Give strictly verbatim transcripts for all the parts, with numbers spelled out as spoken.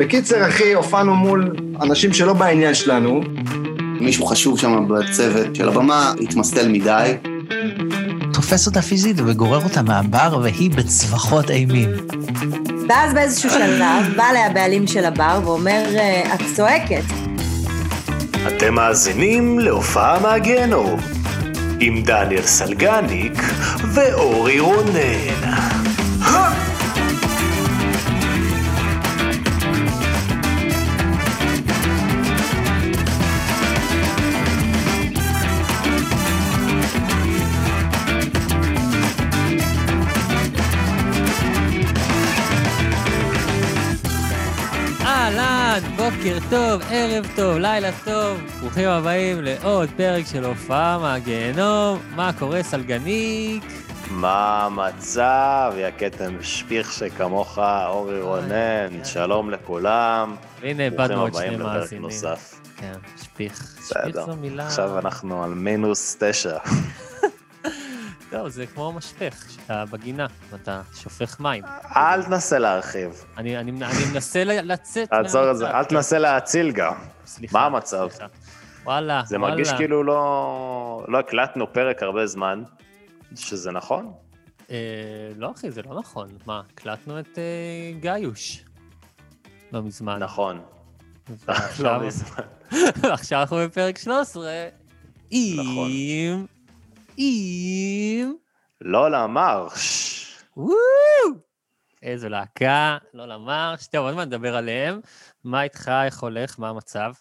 בקיצר, אחי, הופענו מול אנשים שלא בעניין שלנו. מישהו חשוב שם בצוות של הבמה, התמסטל מדי. תופס אותה פיזית וגורר אותה מהבר, והיא בצווחות אימים. ואז באיזשהו שלב, בא לה הבעלים של הבר ואומר, את צועקת. אתם מאזינים להופעה מהגיהנום, עם דניאל סלגניק ואורי רונן. בוקר טוב, ערב טוב, לילה טוב, ברוכים הבאים לעוד פרק של הופעה מהגיהנום. מה קורה, סלגניק? מה המצב? יא קטן שפיך שכמוך, אורי רונן, שלום לכולם. והנה, איבדנו עוד שני מאזינים. מאזינים. כן, שפיך. שפיך זו מילה... עכשיו אנחנו על מינוס תשע. לא, זה כמו משפך, שאתה בגינה, ואתה שופך מים. אל תנסה להרחיב. אני, אני, אני מנסה לצאת... תעצור את זה, אל תנסה להציל גם. סליחה. מה המצב? סליחה. וואלה, זה וואלה. מרגיש כאילו לא, לא הקלטנו פרק הרבה זמן, שזה נכון? אה, לא אחי, זה לא נכון. מה, הקלטנו את אה, גאיוש. לא מזמן. נכון. ועכשיו, לא מזמן. עכשיו אנחנו בפרק שלוש עשרה. נכון. עם... עם... לא למרש. וואו! איזו להקה, לא למרש. טוב, עוד מה נדבר עליהם. מה איתך, איך הולך, מה המצב?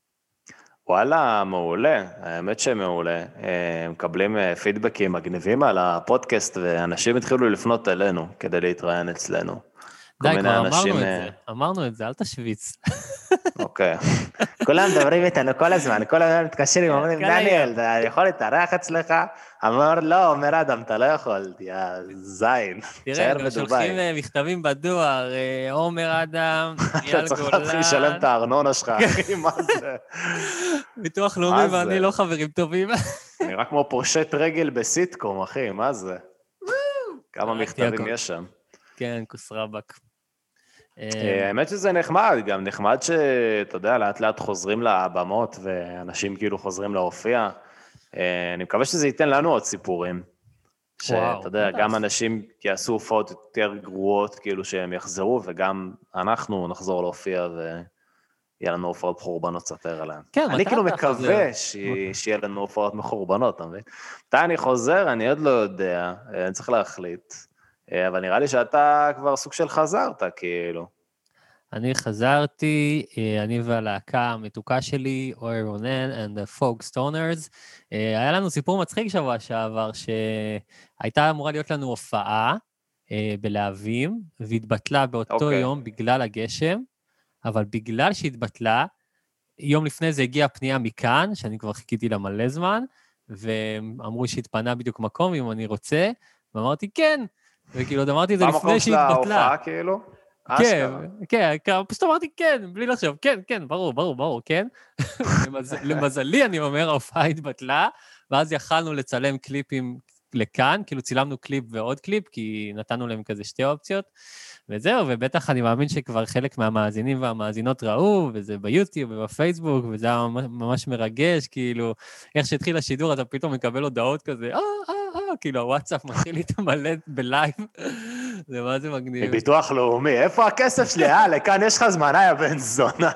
וואלה, מעולה, האמת שמעולה. מקבלים פידבקים מגניבים על הפודקאסט, ואנשים התחילו לפנות אלינו כדי להתראיין אצלנו. די, כבר אמרנו את זה, אמרנו את זה, אל תשוויץ. אוקיי. כולם מדברים איתנו כל הזמן, כל הזמן מתקשרים, אומרים, דניאל, אתה יכול להתארח אצלך? אמר, לא, אומר אדם, אתה לא יכול, יא זין. תראה, גם שולחים מכתבים בדואר, עומר אדם, אייל גולן. אתה צריך להתחיל לשלם את הארנונה שלך, אחי, מה זה? ביטוח לאומי ואני לא חברים טובים. נראה כמו פושט רגל בסיטקום, אחי, מה זה? כמה מכתבים יש שם. כן, כוסרבק. האמת שזה נחמד, גם נחמד שאתה יודע, לאט לאט חוזרים לבמות, ואנשים כאילו חוזרים להופיע. אני מקווה שזה ייתן לנו עוד סיפורים. שאתה יודע, גם אנשים יעשו הופעות יותר גרועות, כאילו שהם יחזרו, וגם אנחנו נחזור להופיע, ויהיה לנו הופעות מחורבנות ספר עליהן. אני כאילו מקווה שיהיה לנו הופעות מחורבנות, אתה מבין? מתי אני חוזר, אני עוד לא יודע, אני צריך להחליט. אבל נראה לי שאתה כבר סוג של חזרת, כאילו. אני חזרתי, אני והלהקה המתוקה שלי, אורי רונן and the folk stoners. היה לנו סיפור מצחיק שבוע שעבר, שהייתה אמורה להיות לנו הופעה בלהבים, והתבטלה באותו יום בגלל הגשם, אבל בגלל שהתבטלה, יום לפני זה הגיעה פנייה מכאן, שאני כבר חיכיתי לה מלא זמן, ואמרו שהתפנה בדיוק מקום, אם אני רוצה, ואמרתי כן, וכאילו, עוד אמרתי את זה לפני שהתבטלה. במקום של ההופעה, כאילו? כן, כן, פשוט אמרתי כן, בלי לחשוב, כן, כן, ברור, ברור, ברור, כן. למזלי, אני אומר, ההופעה התבטלה, ואז יכלנו לצלם קליפים לכאן, כאילו צילמנו קליפ ועוד קליפ, כי נתנו להם כזה שתי אופציות, וזהו, ובטח אני מאמין שכבר חלק מהמאזינים והמאזינות ראו, וזה ביוטיוב ובפייסבוק, וזה היה ממש מרגש, כאילו, איך שהתחיל השידור, אתה פתאום מקבל הודעות כזה, אה, אה, אה, כאילו, הוואטסאפ מתחיל להתמלא בלייב, זה מה זה מגניב. ביטוח לאומי, איפה הכסף שלי? אה, לכאן יש לך זמן, היה בן זונה.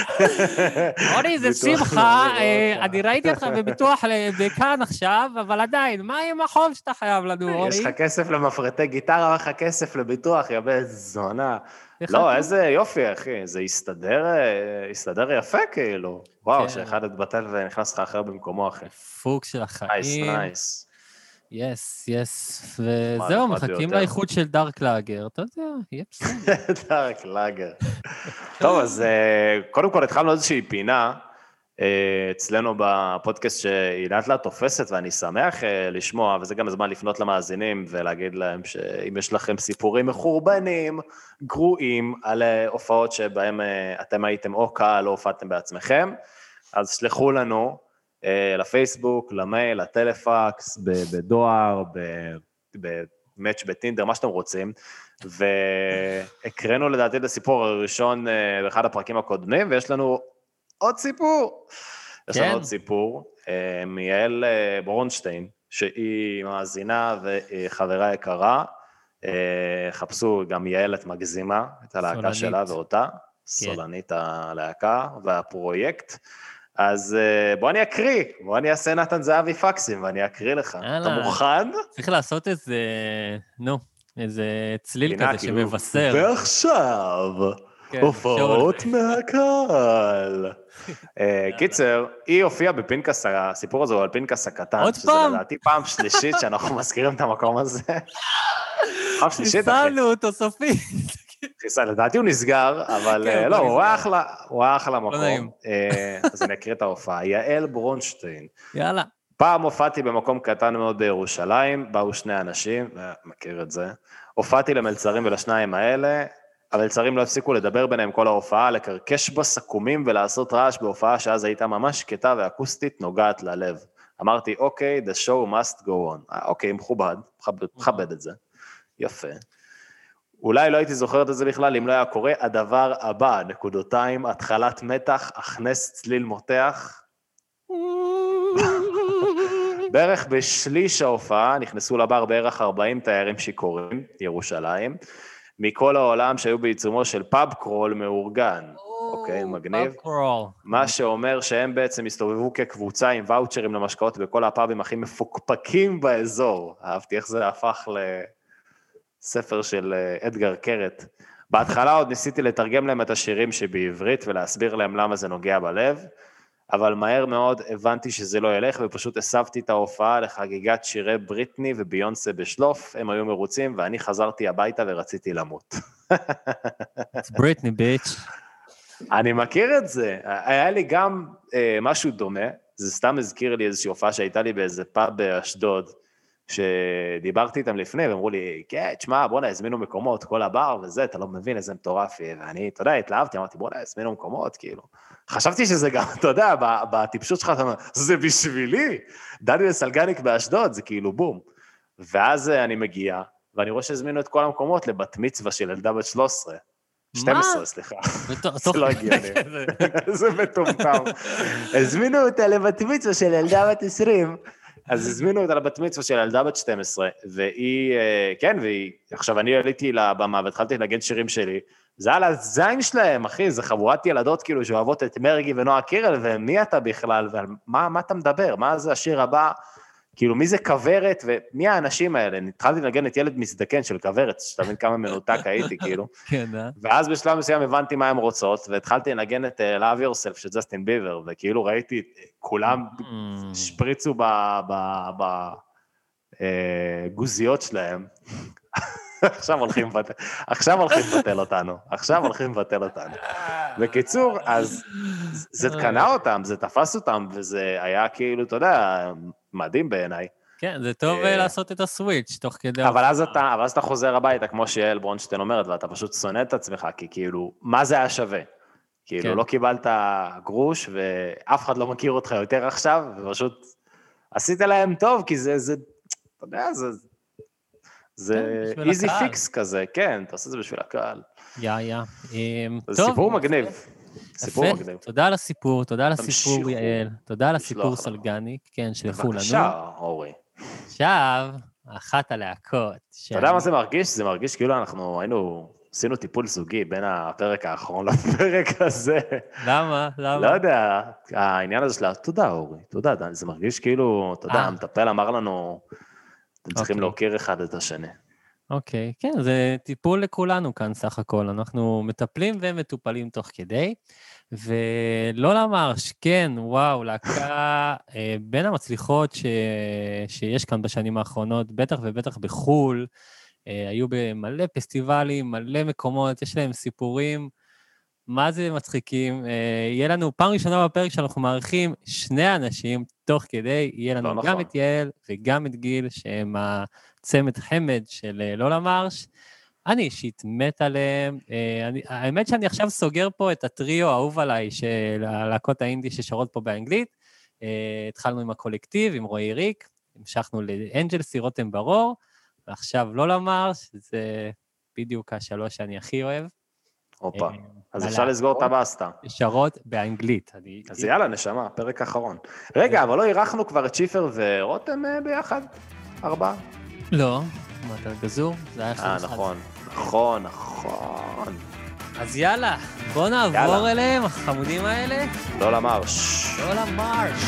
אורי, זה שמחה, אני ראיתי אותך בביטוח בכאן עכשיו, אבל עדיין, מה עם החוב שאתה חייב לנו, אורי? יש לך כסף למפרטי גיטרה, יש לך כסף לביטוח, יא בן זונה. לא, איזה יופי, אחי, זה יסתדר יפה, כאילו. וואו, שאחד התבטל ונכנס לך אחר במקומו, אחי. פוק של החיים. נייס, נייס. יס, יס, וזהו, מחכים לאיחוד של דארק לאגר, אתה יודע, יהיה בסדר. דארק לאגר. טוב, אז קודם כל התחלנו איזושהי פינה, אצלנו בפודקאסט שהיא לאט לאט תופסת, ואני שמח לשמוע, וזה גם הזמן לפנות למאזינים, ולהגיד להם שאם יש לכם סיפורים מחורבנים, גרועים, על הופעות שבהם אתם הייתם או קהל, או הופעתם בעצמכם, אז שלחו לנו, לפייסבוק, למייל, לטלפקס, בדואר, מאץ' בטינדר, מה שאתם רוצים, והקראנו לדעתי את הסיפור הראשון באחד הפרקים הקודמים, ויש לנו עוד סיפור. יש לנו עוד סיפור מיעל ברונשטיין, שהיא מאזינה וחברה יקרה, חפשו גם יעלת מגזימה, את הלהקה שלה ואותה, סולנית הלהקה והפרויקט, אז בוא אני אקריא, בוא אני אעשה נתן זהבי פקסים, ואני אקריא לך. אתה מוכן? צריך לעשות איזה, נו, איזה צליל כזה שמבשר. ועכשיו, הופעות מהקהל. קיצר, היא הופיעה בפינקס, הסיפור הזה הוא על פינקס הקטן. עוד פעם? שזה לדעתי פעם שלישית שאנחנו מזכירים את המקום הזה. פעם שלישית, אחי. חיסלנו אותו סופית. חיסל, לדעתי הוא נסגר, אבל לא, הוא היה אחלה, הוא היה אחלה מקום. אז אני אקריא את ההופעה. יעל ברונשטיין. יאללה. פעם הופעתי במקום קטן מאוד בירושלים, באו שני אנשים, מכיר את זה. הופעתי למלצרים ולשניים האלה, המלצרים לא הפסיקו לדבר ביניהם כל ההופעה, לקרקש בסכומים ולעשות רעש בהופעה שאז הייתה ממש שקטה ואקוסטית נוגעת ללב. אמרתי, אוקיי, the show must go on. אוקיי, מכובד, מכבד את זה. יפה. אולי לא הייתי זוכרת את זה בכלל, אם לא היה קורה, הדבר הבא, נקודותיים, התחלת מתח, הכנס צליל מותח. בערך בשליש ההופעה, נכנסו לבר בערך ארבעים תיירים שיכורים, ירושלים, מכל העולם שהיו בעיצומו של פאב קרול מאורגן. אוקיי, מגניב. מה שאומר שהם בעצם הסתובבו כקבוצה עם ואוצ'רים למשקאות בכל הפאבים הכי מפוקפקים באזור. אהבתי איך זה הפך ל... ספר של אדגר קרת. בהתחלה עוד ניסיתי לתרגם להם את השירים שבעברית, ולהסביר להם למה זה נוגע בלב, אבל מהר מאוד הבנתי שזה לא ילך, ופשוט הסבתי את ההופעה לחגיגת שירי בריטני וביונסה בשלוף, הם היו מרוצים, ואני חזרתי הביתה ורציתי למות. בריטני, ביץ'. אני מכיר את זה. היה לי גם אה, משהו דומה, זה סתם הזכיר לי איזושהי הופעה שהייתה לי באיזה פאב באשדוד, שדיברתי איתם לפני, ואמרו לי, כן, תשמע, בוא נזמינו מקומות, כל הבר וזה, אתה לא מבין איזה מטורף, ואני, אתה יודע, התלהבתי, אמרתי, בוא נזמינו מקומות, כאילו. חשבתי שזה גם, אתה יודע, בטיפשות שלך, אתה אומר, זה בשבילי, דניאל סלגניק באשדוד, זה כאילו בום. ואז אני מגיע, ואני רואה שהזמינו את כל המקומות לבת מצווה של ילדה בת שלוש עשרה. שתים עשרה, סליחה. זה לא הגיע לי. זה מטומטם. הזמינו אותה לבת מצווה של ילדה בת עשרים, אז הזמינו אותה לבת מצווה של ילדה בת שתים עשרה, והיא, כן, והיא, עכשיו אני עליתי לבמה והתחלתי לנגן שירים שלי, זה על הזין שלהם, אחי, זה חבורת ילדות כאילו שאוהבות את מרגי ונועה קירל, ומי אתה בכלל, ומה מה אתה מדבר, מה זה השיר הבא, כאילו מי זה כברת, ומי האנשים האלה, התחלתי לנגן את ילד מזדקן של כברת, שתבין כמה מנותק הייתי כאילו, ואז בשלב מסוים הבנתי מה הם רוצות, והתחלתי לנגן את Love Yourself של ג'סטין ביבר, וכאילו ראיתי כולם שפריצו בגוזיות שלהם, עכשיו הולכים לבטל, עכשיו הולכים לבטל אותנו, עכשיו הולכים לבטל אותנו. בקיצור, אז זה קנה אותם, זה תפס אותם, וזה היה כאילו, אתה יודע, מדהים בעיניי. כן, זה טוב לעשות את הסוויץ' תוך כדי... אבל אז אתה, אבל אז אתה חוזר הביתה, כמו שיעל ברונשטיין אומרת, ואתה פשוט שונא את עצמך, כי כאילו, מה זה היה שווה? כאילו, לא קיבלת גרוש, ואף אחד לא מכיר אותך יותר עכשיו, ופשוט עשית להם טוב, כי זה, זה, אתה יודע, זה... זה איזי פיקס כזה, כן, אתה עושה את זה בשביל הקהל. יא, יא. זה סיפור מגניב. סיפור מגניב. תודה על הסיפור, תודה על הסיפור, יעל. תודה על הסיפור סלגניק, כן, שלחו לנו. בבקשה, אורי. עכשיו, אחת הלהקות. אתה יודע מה זה מרגיש? זה מרגיש כאילו אנחנו היינו, עשינו טיפול זוגי בין הפרק האחרון לפרק הזה. למה? למה? לא יודע, העניין הזה שלה, תודה אורי, תודה, זה מרגיש כאילו, אתה יודע, המטפל אמר לנו, אתם צריכים להוקיר אחד את השני. אוקיי, כן, זה טיפול לכולנו כאן סך הכל, אנחנו מטפלים ומטופלים תוך כדי, ולא למרש, כן, וואו, להקה בין המצליחות ש... שיש כאן בשנים האחרונות, בטח ובטח בחול, היו במלא פסטיבלים, מלא מקומות, יש להם סיפורים, מה זה מצחיקים, יהיה לנו פעם ראשונה בפרק שאנחנו מעריכים שני אנשים תוך כדי, יהיה לנו גם את יעל וגם את גיל, שהם הצמד חמד של לא למרש, אני אישית מת עליהם, האמת שאני עכשיו סוגר פה את הטריו האהוב עליי, של הלהקות האינדי ששרות פה באנגלית, התחלנו עם הקולקטיב, עם רועי ריק, המשכנו לאנג'לסי רותם ברור, ועכשיו לא למרש, זה בדיוק השלוש שאני הכי אוהב. הופה, אז אפשר לסגור את הבאסטה. שרות באנגלית. אז יאללה, נשמה, פרק אחרון. רגע, אבל לא אירחנו כבר את שיפר ורותם ביחד? ארבעה? לא, מה, אתה גזור? זה היה אחד. אה, נכון, נכון, נכון. אז יאללה, בוא נעבור אליהם, החמודים האלה. לא למרש. לא למרש.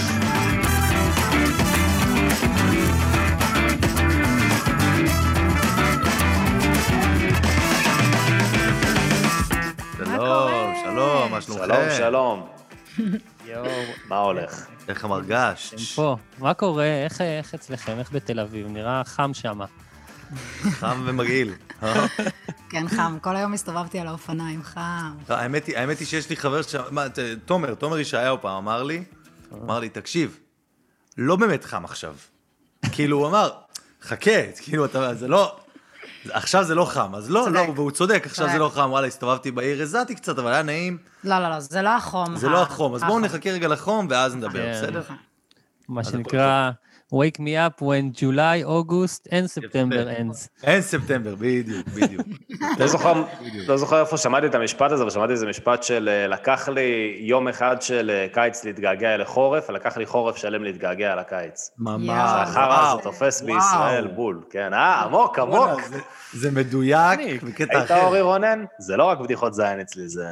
שלום, שלום, מה שלומכם? שלום, שלום. יואו. מה הולך? איך המרגש? הם פה. מה קורה? איך, איך אצלכם? איך בתל אביב? נראה חם שמה. חם ומגעיל. כן, חם. כל היום הסתובבתי על האופניים, חם. האמת היא, האמת היא שיש לי חבר ש... תומר, תומר ישעיהו פעם אמר לי, אמר לי, תקשיב, לא באמת חם עכשיו. כאילו, הוא אמר, חכה, כאילו, זה לא... עכשיו זה לא חם, אז לא, לא, והוא צודק, עכשיו זה לא חם, וואלה, הסתובבתי בעיר, הזעתי קצת, אבל היה נעים. לא, לא, לא, זה לא החום. זה לא החום, אז בואו נחכה רגע לחום, ואז נדבר, בסדר? מה שנקרא, wake me up when July, August, and September ends. אין ספטמבר, בדיוק, בדיוק. לא זוכר איפה שמעתי את המשפט הזה, אבל שמעתי איזה משפט של לקח לי יום אחד של קיץ להתגעגע לחורף, ולקח לי חורף שלם להתגעגע לקיץ. ממש. האחר הזה תופס בישראל בול, כן, אה, עמוק, עמוק. זה מדויק, בקטע אחר. היית אורי רונן? זה לא רק בדיחות זין אצלי, זה...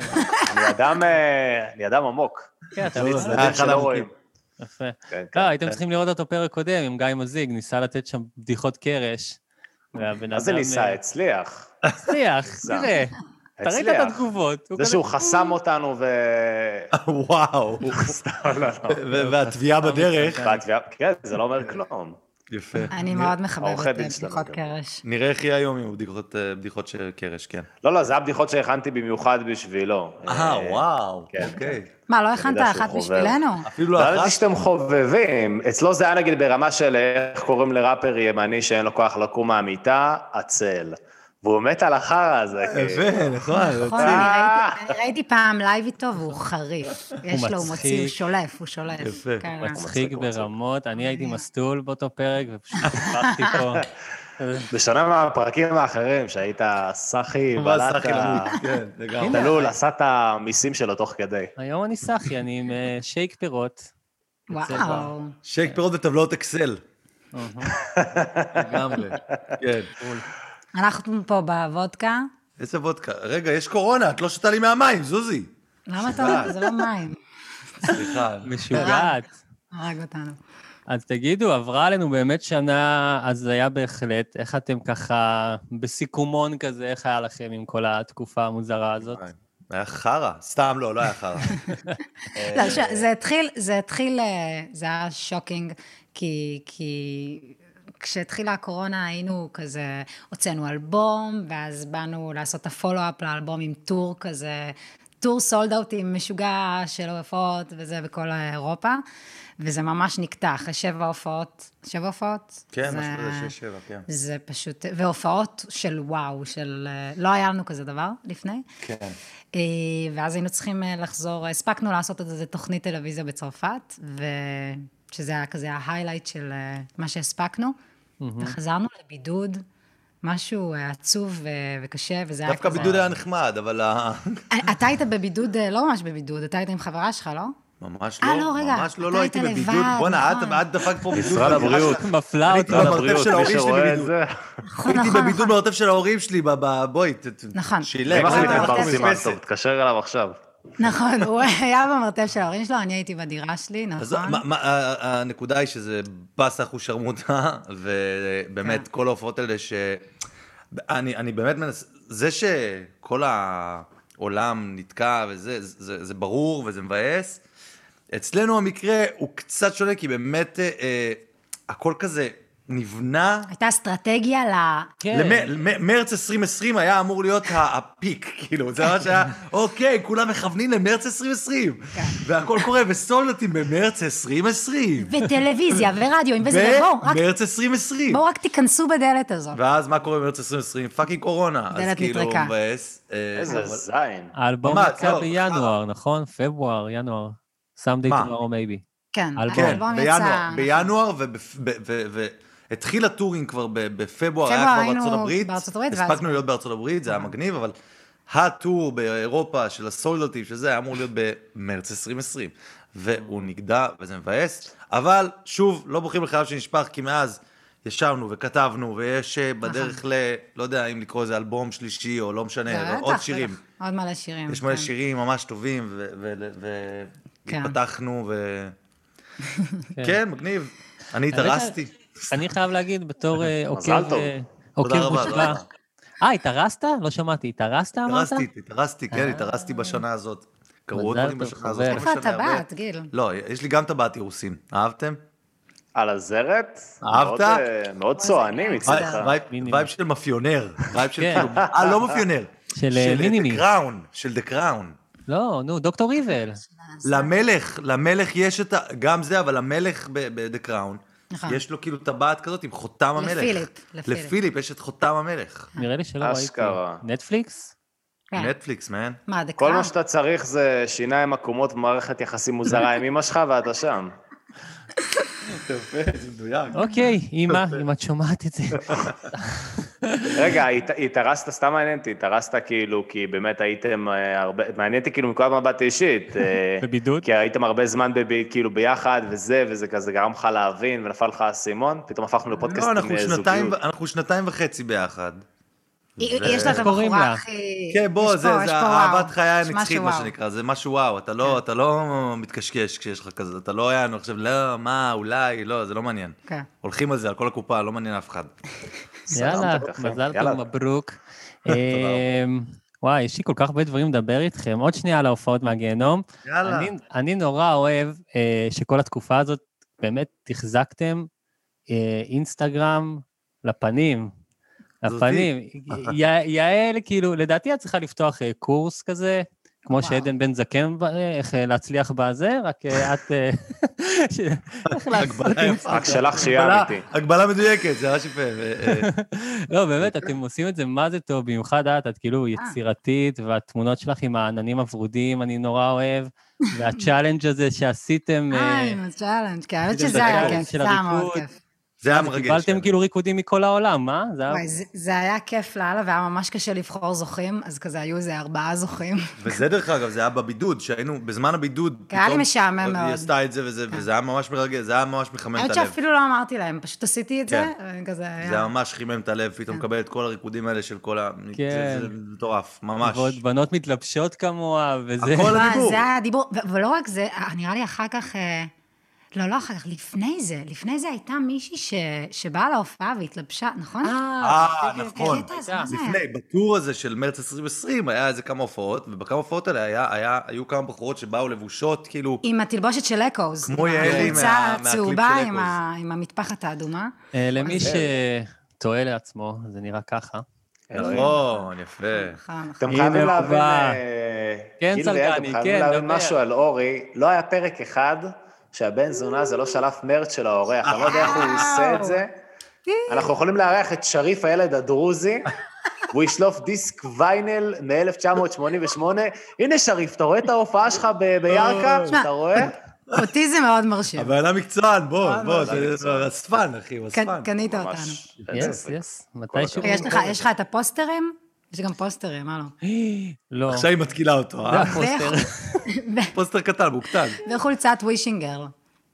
אני אדם עמוק. כן, אתה צדדים שלא רואים. יפה. לא, הייתם צריכים לראות אותו פרק קודם עם גיא מזיג, ניסה לתת שם בדיחות קרש. מה זה ניסה? הצליח. הצליח, תראה. תראית את התגובות. זה שהוא חסם אותנו ו... וואו. והתביעה בדרך. כן, זה לא אומר כלום. יפה. אני מאוד מחבבת בדיחות קרש. נראה איך יהיה היום עם בדיחות של קרש, כן. לא, לא, זה הבדיחות שהכנתי במיוחד בשבילו. אה, וואו, אוקיי. מה, לא הכנת אחת בשבילנו? אפילו לא אחת? לא שאתם חובבים. אצלו זה היה נגיד ברמה של איך קוראים לראפר ימני שאין לו כוח לקום מהמיטה, עצל. והוא מת על החרא הזה. יפה, נכון. נכון, אני ראיתי פעם לייב איתו והוא חריף. יש לו, הוא מוציא, הוא שולף, הוא שולף. יפה. הוא מצחיק ברמות, אני הייתי מסטול באותו פרק ופשוט הפכתי פה. בשונה מהפרקים האחרים, שהיית סחי, בלעת, תלול, עשה את המיסים שלו תוך כדי. היום אני סחי, אני עם שייק פירות. וואו. שייק פירות וטבלאות אקסל. לגמרי, כן. אנחנו פה בוודקה. איזה וודקה? רגע, יש קורונה, את לא שותה לי מהמים, זוזי. למה אתה אומר? זה לא מים. סליחה. משוגעת. הרג אותנו. אז תגידו, עברה עלינו באמת שנה, אז זה היה בהחלט, איך אתם ככה בסיכומון כזה, איך היה לכם עם כל התקופה המוזרה הזאת? היה חרה, סתם לא, לא היה חרה. זה התחיל, זה התחיל, זה היה שוקינג, כי... כשהתחילה הקורונה היינו כזה, הוצאנו אלבום, ואז באנו לעשות את הפולו-אפ לאלבום עם טור כזה, טור סולד-אוטים משוגע של הופעות וזה בכל אירופה, וזה ממש נקטע, אחרי שבע הופעות, שבע הופעות? כן, משהו כזה שש שבע, כן. זה פשוט, והופעות של וואו, של, לא היה לנו כזה דבר לפני. כן. ואז היינו צריכים לחזור, הספקנו לעשות את זה תוכנית טלוויזיה בצרפת, ו... שזה היה כזה ההיילייט של מה שהספקנו, וחזרנו לבידוד, משהו עצוב וקשה, וזה היה כזה... דווקא בידוד היה נחמד, אבל... אתה היית בבידוד, לא ממש בבידוד, אתה היית עם חברה שלך, לא? ממש לא, ממש לא, לא הייתי בבידוד. בוא'נה, את דפק פה בידוד. משרד הבריאות. מפלה אותי. הייתי במרתף של ההורים שלי בבידוד. הייתי בבידוד במרתף של ההורים שלי, בואי, נכון. שילך. מה מחליט את בר סימן טוב? תקשר אליו עכשיו. נכון, הוא היה במרתף של ההורים שלו, אני הייתי בדירה שלי, נכון. הנקודה היא שזה בסה אחוז שרמוטה, ובאמת כל ההופעות האלה ש... אני באמת מנסה, זה שכל העולם נתקע וזה, זה ברור וזה מבאס. אצלנו המקרה הוא קצת שונה, כי באמת הכל כזה נבנה... הייתה אסטרטגיה ל... למרץ עשרים עשרים היה אמור להיות הפיק, כאילו, זה מה שהיה, אוקיי, כולם מכוונים למרץ עשרים עשרים, והכל קורה בסולדוטים במרץ עשרים עשרים. וטלוויזיה ורדיו, וזה, בואו, רק... במרץ עשרים עשרים. בואו רק תיכנסו בדלת הזאת. ואז מה קורה במרץ עשרים עשרים? פאקינג קורונה. דלת נטרקה. איזה זין. האלבום יצא בינואר, נכון? פברואר, ינואר. Someday tomorrow maybe. כן, האלבום יצא... בינואר, התחיל הטורינג כבר בפברואר, היה כבר בארצות הברית, הספקנו להיות בארצות הברית, זה היה מגניב, אבל הטור באירופה של הסולדרטים, שזה היה אמור להיות במרץ עשרים עשרים, והוא נגדע וזה מבאס, אבל שוב, לא בוחרים לחייו שנשפך, כי מאז ישבנו וכתבנו, ויש בדרך ל... לא יודע אם לקרוא איזה אלבום שלישי, או לא משנה, עוד שירים. עוד מלא שירים. יש מלא שירים ממש טובים, והתפתחנו, ו... כן, מגניב. אני התארסתי. אני חייב להגיד, בתור מזל טוב. תודה רבה, תודה רבה. אה, התארסת? לא שמעתי, התארסת אמרת? התארסתי, התארסתי, כן, התארסתי בשנה הזאת. קראו עוד דברים בשנה הזאת. איפה הטבעת, גיל? לא, יש לי גם טבעת אירוסין. אהבתם? על הזרת? אהבת? מאוד צועני מצדך. וייב של מאפיונר. וייב של כאילו... אה, לא מאפיונר. של מינימי. של The Crown. של The Crown. לא, נו, דוקטור ריבל. למלך, למלך יש את ה... גם זה, אבל למלך ב-The Crown, יש לו כאילו טבעת כזאת עם חותם המלך. לפיליפ. לפיליפ יש את חותם המלך. נראה לי שלא ראיתי. נטפליקס? נטפליקס, מן. מה, The Crown? כל מה שאתה צריך זה שיניים עקומות במערכת יחסים מוזרה עם אמא שלך ואתה שם. יפה, זה מדויק. אוקיי, אמא, אם את שומעת את זה. רגע, התארסת, סתם מעניינתי, התארסת כאילו, כי באמת הייתם הרבה, מעניינתי כאילו מכל מבט אישית. בבידוד? כי הייתם הרבה זמן כאילו ביחד וזה, וזה כזה גרם לך להבין ונפל לך האסימון, פתאום הפכנו לפודקאסט עם זוגיות. אנחנו שנתיים וחצי ביחד. יש לה את הבחורה הכי... כן, בוא, זה אהבת חיי הנצחית, מה שנקרא, זה משהו וואו, אתה לא מתקשקש כשיש לך כזה, אתה לא היה, אני חושב, לא, מה, אולי, לא, זה לא מעניין. הולכים על זה, על כל הקופה, לא מעניין אף אחד. יאללה, מזל טוב, מברוק. וואי, יש לי כל כך הרבה דברים לדבר איתכם, עוד שנייה על ההופעות מהגיהנום. יאללה. אני נורא אוהב שכל התקופה הזאת, באמת תחזקתם אינסטגרם לפנים, הפנים, יעל, כאילו, לדעתי את צריכה לפתוח קורס כזה, כמו שעדן בן זקן, איך להצליח בזה, רק את... רק שלך שיהיה אמיתי. הגבלה מדויקת, זה ממש יפה. לא, באמת, אתם עושים את זה מה זה טוב, במיוחד את, את כאילו יצירתית, והתמונות שלך עם העננים הוורודים, אני נורא אוהב, והצ'אלנג' הזה שעשיתם... אה, עם הצ'אלנג', כי האמת שזה היה כיף, זה היה מאוד כיף. זה היה מרגש. קיבלתם כאילו ריקודים מכל העולם, מה? זה היה כיף לאללה, והיה ממש קשה לבחור זוכים, אז כזה היו איזה ארבעה זוכים. וזה דרך אגב, זה היה בבידוד, שהיינו בזמן הבידוד, היה לי משעמם מאוד. היא עשתה את זה, וזה היה ממש מרגש, זה היה ממש מחמם את הלב. האמת שאפילו לא אמרתי להם, פשוט עשיתי את זה, זה היה ממש חימם את הלב, פתאום מקבל את כל הריקודים האלה של כל ה... זה מטורף, ממש. ועוד בנות מתלבשות כמוה, וזה... הכל הדיבור. זה היה הדיבור, ולא רק זה, נראה לי אחר כך... לא, לא אחר כך, לפני זה, לפני זה הייתה מישהי ש... שבאה להופעה והתלבשה, נכון? אה, נכון. לפני, בטור הזה של מרץ עשרים עשרים, היה איזה כמה הופעות, ובכמה הופעות האלה היה, היה, היו כמה בחורות שבאו לבושות, כאילו... עם התלבושת של אקוז. כמו יעלי מהקליפ של אקוז. עם המטפחת האדומה. למי שטועה לעצמו, זה נראה ככה. נכון, יפה. אתם חייבים להבין... כן, סלגני, כן. חייבים להבין משהו על אורי, לא היה פרק אחד... שהבן זונה זה לא שלף מרץ של האורח, אני לא יודע איך הוא עושה את זה. אנחנו יכולים לארח את שריף הילד הדרוזי, והוא ישלוף דיסק ויינל מ-אלף תשע מאות שמונים ושמונה. הנה שריף, אתה רואה את ההופעה שלך בירקה? אתה רואה? אותי זה מאוד מרשים. אבל היה מקצוען, בוא, בוא, זה אספן, אחי, הוא אספן. קנית אותנו. יס, יס, מתישהו. יש לך את הפוסטרים? יש גם פוסטרים, מה לא? לא. עכשיו היא מתקילה אותו, אה? פוסטר. פוסטר קטן, מוקטן. וחולצת ווישינגר.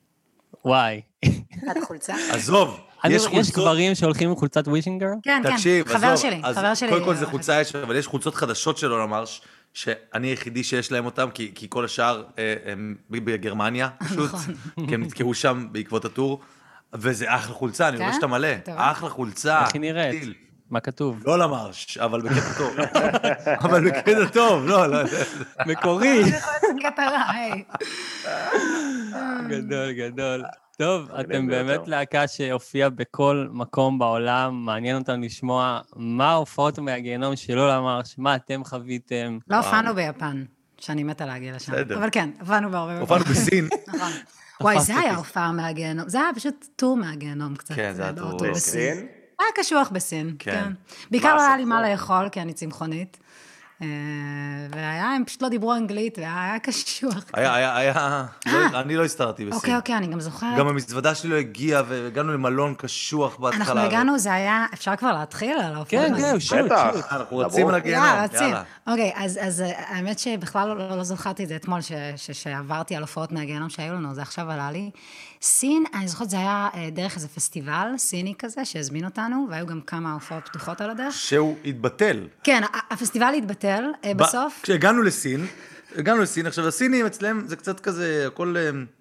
וואי. את החולצה? עזוב, יש חולצות... יש גברים שהולכים עם חולצת ווישינגר? כן, כן, חבר שלי, חבר שלי. קודם כל זה חולצה יש, אבל יש חולצות חדשות שלו, לומר, שאני היחידי שיש להם אותם, כי כל השאר הם בגרמניה, פשוט, כי הם נתקעו שם בעקבות הטור, וזה אחלה חולצה, אני רואה שאתה מלא, אחלה חולצה. איך היא נראית? מה כתוב? לא למרש, אבל בקטע טוב. אבל בקטע טוב, לא, לא. מקורי. קטע רע, היי. גדול, גדול. טוב, אתם באמת להקה שהופיעה בכל מקום בעולם, מעניין אותנו לשמוע מה ההופעות מהגיהנום שלא למרש, מה אתם חוויתם. לא הופענו ביפן, שאני מתה להגיע לשם. אבל כן, הופענו בהרבה. הופענו בסין. נכון. וואי, זה היה הופעה מהגיהנום, זה היה פשוט טור מהגיהנום קצת. כן, זה היה טור בסין. היה קשוח בסין, כן. בעיקר לא היה לי מה לאכול, כי אני צמחונית. והיה, הם פשוט לא דיברו אנגלית, והיה קשוח. היה, היה, היה, אני לא הסתרתי בסין. אוקיי, אוקיי, אני גם זוכרת. גם המזוודה שלי לא הגיעה, והגענו למלון קשוח בהתחלה. אנחנו הגענו, זה היה, אפשר כבר להתחיל על ההופעה? כן, כן, שוט, בטח. אנחנו רצים על הגיהנום, יאללה, רצים. יאללה. אוקיי, אז האמת שבכלל לא זוכרתי את זה אתמול, שעברתי על הופעות מהגיהנום שהיו לנו, זה עכשיו עלה לי. סין, אני זוכרת, זה היה דרך איזה פסטיבל סיני כזה, שהזמין אותנו, והיו גם כמה הופעות פתוחות על הדרך. שהוא התבטל. כן, הפסטיבל התבטל בסוף. כשהגענו לסין, הגענו לסין, עכשיו הסינים אצלם זה קצת כזה, הכל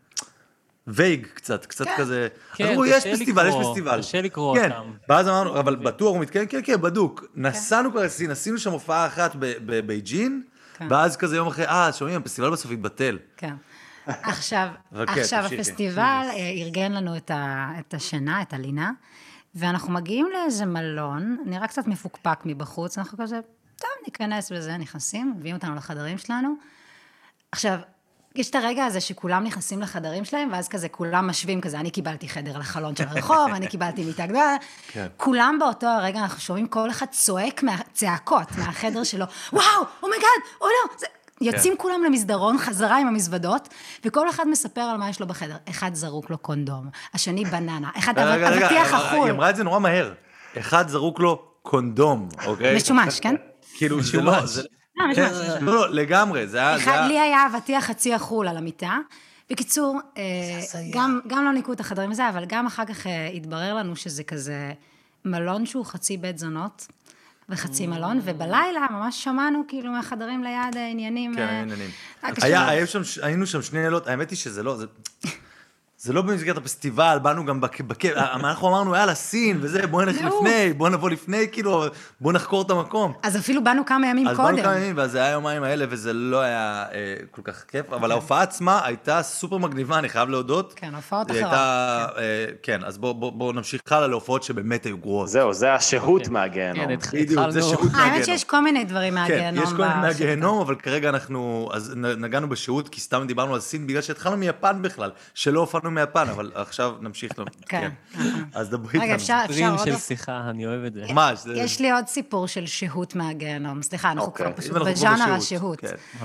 וייג קצת, קצת כזה. כן, אמרו, יש פסטיבל, יש פסטיבל. קשה לקרוא אותם. ואז אמרנו, אבל בטוח הוא מתקיים, כן, כן, בדוק. נסענו כבר לסין, עשינו שם הופעה אחת בבייג'ין, ואז כזה יום אחרי, אה, שומעים, הפסטיבל בסוף התבטל. כן. עכשיו, עכשיו הפסטיבל ארגן לנו את השינה, את הלינה, ואנחנו מגיעים לאיזה מלון, נראה קצת מפוקפק מבחוץ, אנחנו כזה, טוב, ניכנס בזה, נכנסים, מביאים אותנו לחדרים שלנו. עכשיו, יש את הרגע הזה שכולם נכנסים לחדרים שלהם, ואז כזה כולם משווים כזה, אני קיבלתי חדר לחלון של הרחוב, אני קיבלתי מיטה גדולה, כולם באותו הרגע, אנחנו שומעים כל אחד צועק מהצעקות, מהחדר שלו, וואו, אומייגאד, או לא, זה... יוצאים כולם למסדרון, חזרה עם המזוודות, וכל אחד מספר על מה יש לו בחדר. אחד זרוק לו קונדום, השני בננה, אחד אבטיח החול. היא אמרה את זה נורא מהר. אחד זרוק לו קונדום, אוקיי? משומש, כן? כאילו, זה לא... לא, משומש. לא, לא, לגמרי, זה היה... אחד לי היה אבטיח חצי החול על המיטה. בקיצור, גם לא ניקו את החדרים הזה, אבל גם אחר כך התברר לנו שזה כזה מלון שהוא חצי בית זונות, וחצי מלון, ובלילה ממש שמענו כאילו מהחדרים ליד העניינים. כן, העניינים. היינו שם שני לילות, האמת היא שזה לא, זה לא במסגרת הפסטיבל, באנו גם בכיף, אנחנו אמרנו, יאללה, סין וזה, בואו נלך לפני, בואו נבוא לפני, כאילו, בואו נחקור את המקום. אז אפילו באנו כמה ימים קודם. אז באנו כמה ימים, ואז זה היה יומיים האלה, וזה לא היה כל כך כיף, אבל ההופעה עצמה הייתה סופר מגניבה, אני חייב להודות. כן, הופעות אחרות. כן, אז בואו נמשיך הלאה להופעות שבאמת היו גרועות. זהו, זה השהות מהגיהנום. בדיוק, זה שהות מהגיהנום. האמת שיש כל מיני דברים מהגיהנום. כן, יש כל מיני מהגיהנום, אבל כרגע אנחנו, אז נגענו בשהות, כי סתם דיברנו על סין, בגלל שהתחלנו מיפן בכלל, שלא הופענו מיפן, אבל עכשיו נמשיך. כן. אז דברי איתנו. רגע, אפשר עוד... של שיחה, אני אוהב את זה. ממש. יש לי עוד סיפור של שהות מהגיהנום. סליחה, אנחנו כבר פשוט בז'אנר השהות.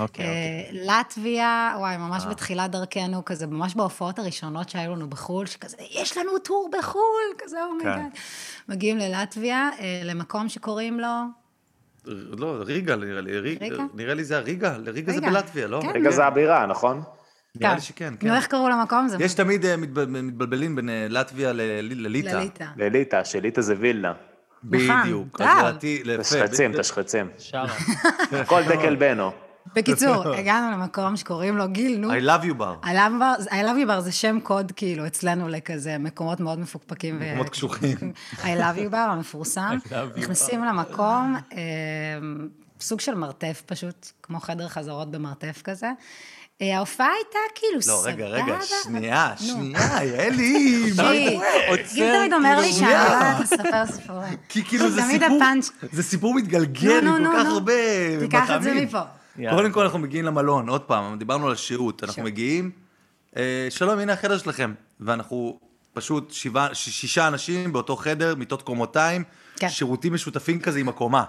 לטביה, וואי, ממש בתחילת דרכנו, כזה, ממש בהופעות הראשונות שהיו לנו בחול, שכזה, יש לנו טור בחול, כזה, אומייגאד. מגיעים ללטביה, למקום שקוראים לו... לא, ריגה, נראה לי. נראה לי זה הריגה, ריגה זה בלטביה, לא? ריגה זה הבירה, נכון? נראה לי שכן, כן. נו, איך קראו למקום? יש תמיד מתבלבלים בין לטביה לליטה. לליטה, שליטה זה וילנה. בדיוק. תשחצים, תשחצים. כל דקל בנו. בקיצור, הגענו למקום שקוראים לו גיל, I love you bar. I love you bar זה שם קוד כאילו אצלנו לכזה מקומות מאוד מפוקפקים. מקומות קשוחים. I love you bar המפורסם. נכנסים למקום, סוג של מרתף פשוט, כמו חדר חזרות במרתף כזה. ההופעה הייתה כאילו סבבה. לא, רגע, רגע, שנייה, שנייה, יאלי. גיל תמיד אומר לי שאני לא יודעת לספר סיפורים. כי כאילו זה סיפור, זה סיפור מתגלגל עם כל כך הרבה מטעמים. תיקח את זה מפה. קודם כל אנחנו מגיעים למלון, עוד פעם, דיברנו על שהות, אנחנו מגיעים, שלום, הנה החדר שלכם, ואנחנו פשוט שישה אנשים באותו חדר, מיטות קומותיים, שירותים משותפים כזה עם הקומה.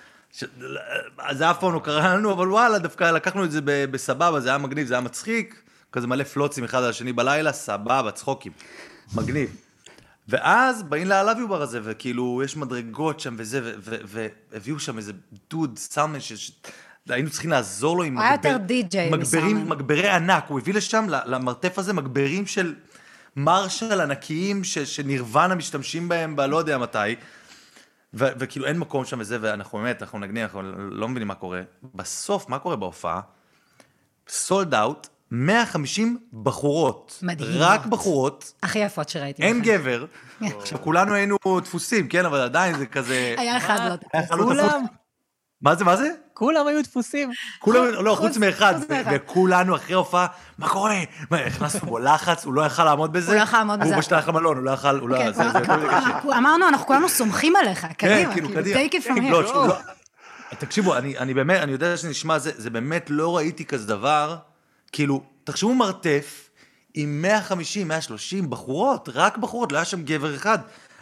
זה אף פעם לא קרה לנו, אבל וואלה, דווקא לקחנו את זה בסבבה, זה היה מגניב, זה היה מצחיק, כזה מלא פלוצים אחד על השני בלילה, סבבה, צחוקים, מגניב. ואז באים ל-I love you bar הזה, וכאילו יש מדרגות שם וזה, והביאו שם איזה דוד, סלמן, שהיינו צריכים לעזור לו עם מגברי ענק, הוא הביא לשם, למרתף הזה, מגברים של מרשל ענקיים, שנירוונה משתמשים בהם, לא יודע מתי, וכאילו אין מקום שם וזה, ואנחנו באמת, אנחנו נגנים, אנחנו לא מבינים מה קורה. בסוף, מה קורה בהופעה? סולד אאוט, מאה וחמישים בחורות. מדהימות. רק בחורות. הכי יפות שראיתי. אין גבר. עכשיו, כולנו היינו דפוסים, כן? אבל עדיין זה כזה... היה אחד לא תפוס. כולם? מה זה, מה זה? כולם היו דפוסים. כולם, לא, חוץ מאחד. וכולנו אחרי הופעה, מה קורה? הכנסנו בו לחץ, הוא לא יכל לעמוד בזה. הוא לא יכל לעמוד בזה. הוא בשלח המלון, הוא לא יכל... אמרנו, אנחנו כולנו סומכים עליך. קדימה, כאילו, take it from here. תקשיבו, אני באמת, אני יודע שנשמע, זה באמת לא ראיתי כזה דבר, כאילו, תחשבו מרתף עם מאה וחמישים, מאה ושלושים בחורות, רק בחורות, לא היה שם גבר אחד.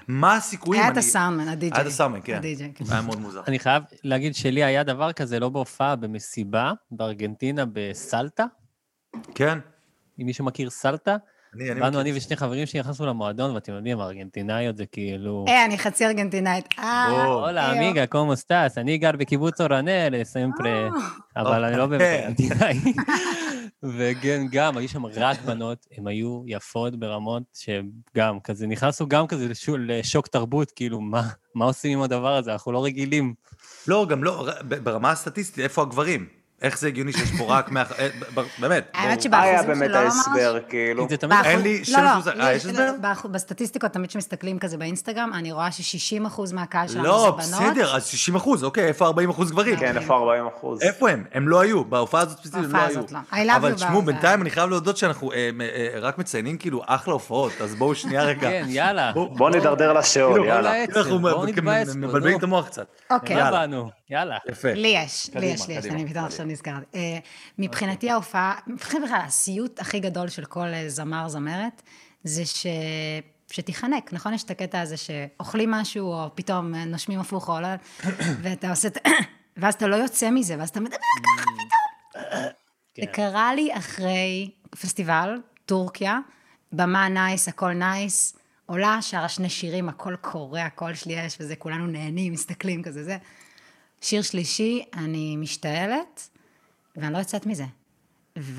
מה הסיכויים? היה את אני- הסאונדמן, הדי-ג'יי. היה את הסאונדמן, כן. הדי-ג'יי, כן. היה מאוד מוזר. אני חייב להגיד שלי היה דבר כזה, לא בהופעה, במסיבה, בארגנטינה, בסלטה. כן. אם מישהו מכיר סלטה, אני, אני באנו מכיר. אני ושני חברים שנכנסנו למועדון, ואתם יודעים, הארגנטינאיות זה כאילו... אה, אני חצי ארגנטינאית. אה, בוא. הולה, אה, אמיגה, קומו סטאס, אני גר בקיבוץ אורנל, סמפרה, אבל אני לא באמת ארגנטינאי. וכן, גם, היו שם רק בנות, הן היו יפות ברמות שגם כזה, נכנסנו גם כזה לשו- לשוק תרבות, כאילו, מה, מה עושים עם הדבר הזה? אנחנו לא רגילים. לא, גם לא, ב- ברמה הסטטיסטית, איפה הגברים? איך זה הגיוני שיש פה רק מאה... אה, ב- ב- באמת. האמת ברור. מה היה שבאחוזים באמת שלא ממש... ההסבר, כאילו? כי זה תמיד... אין לי לא, שם לא, מוזר. אה, יש הסבר? באח- בסטטיסטיקות, תמיד שמסתכלים כזה באינסטגרם, אני רואה ש-שישים אחוז מהקהל שלנו לא, זה בנות. בסדר, אז שישים אחוז, אוקיי, איפה ארבעים אחוז גברים? כן, איפה ארבעים אחוז? איפה הם? הם לא היו, בהופעה הזאת ספציפית הם לא בהופעה היו. הזאת לא. I love אבל you תשמעו, בה- בינתיים אני חייב להודות שאנחנו אה, אה, רק מציינים כאילו אחלה הופעות, אז בואו שנייה רגע. כן, יאללה. בוא נדרדר לשאול, כאילו, יאללה. לעצם, כאילו אנחנו בואו מ- נתבאס פה, מבלבלים נו. את המוח קצת. אוקיי. יאללה. באנו, יאללה. יפה. לי יש, לי קדימה, יש, לי יש, קדימה, אני פתאום עכשיו נזכרת. אה, מבחינתי ההופעה, מבחינתי בכלל, הסיוט הכי גדול של כל אה, זמר, זמרת, זה ש... שתיחנק, נכון? יש את הקטע הזה שאוכלים משהו, או פתאום אה, נושמים הפוך, או לא, ואתה עושה את... ואז אתה לא יוצא מזה, ואז אתה מדבר ככה פתאום. זה קרה לי אחרי פסטיבל, טורקיה, במה נייס, הכל נייס, עולה, שרה שני שירים, הכל קורה, הכל שלי יש, וזה כולנו נהנים, מסתכלים כזה, זה. שיר שלישי, אני משתעלת, ואני לא יוצאת מזה. ו...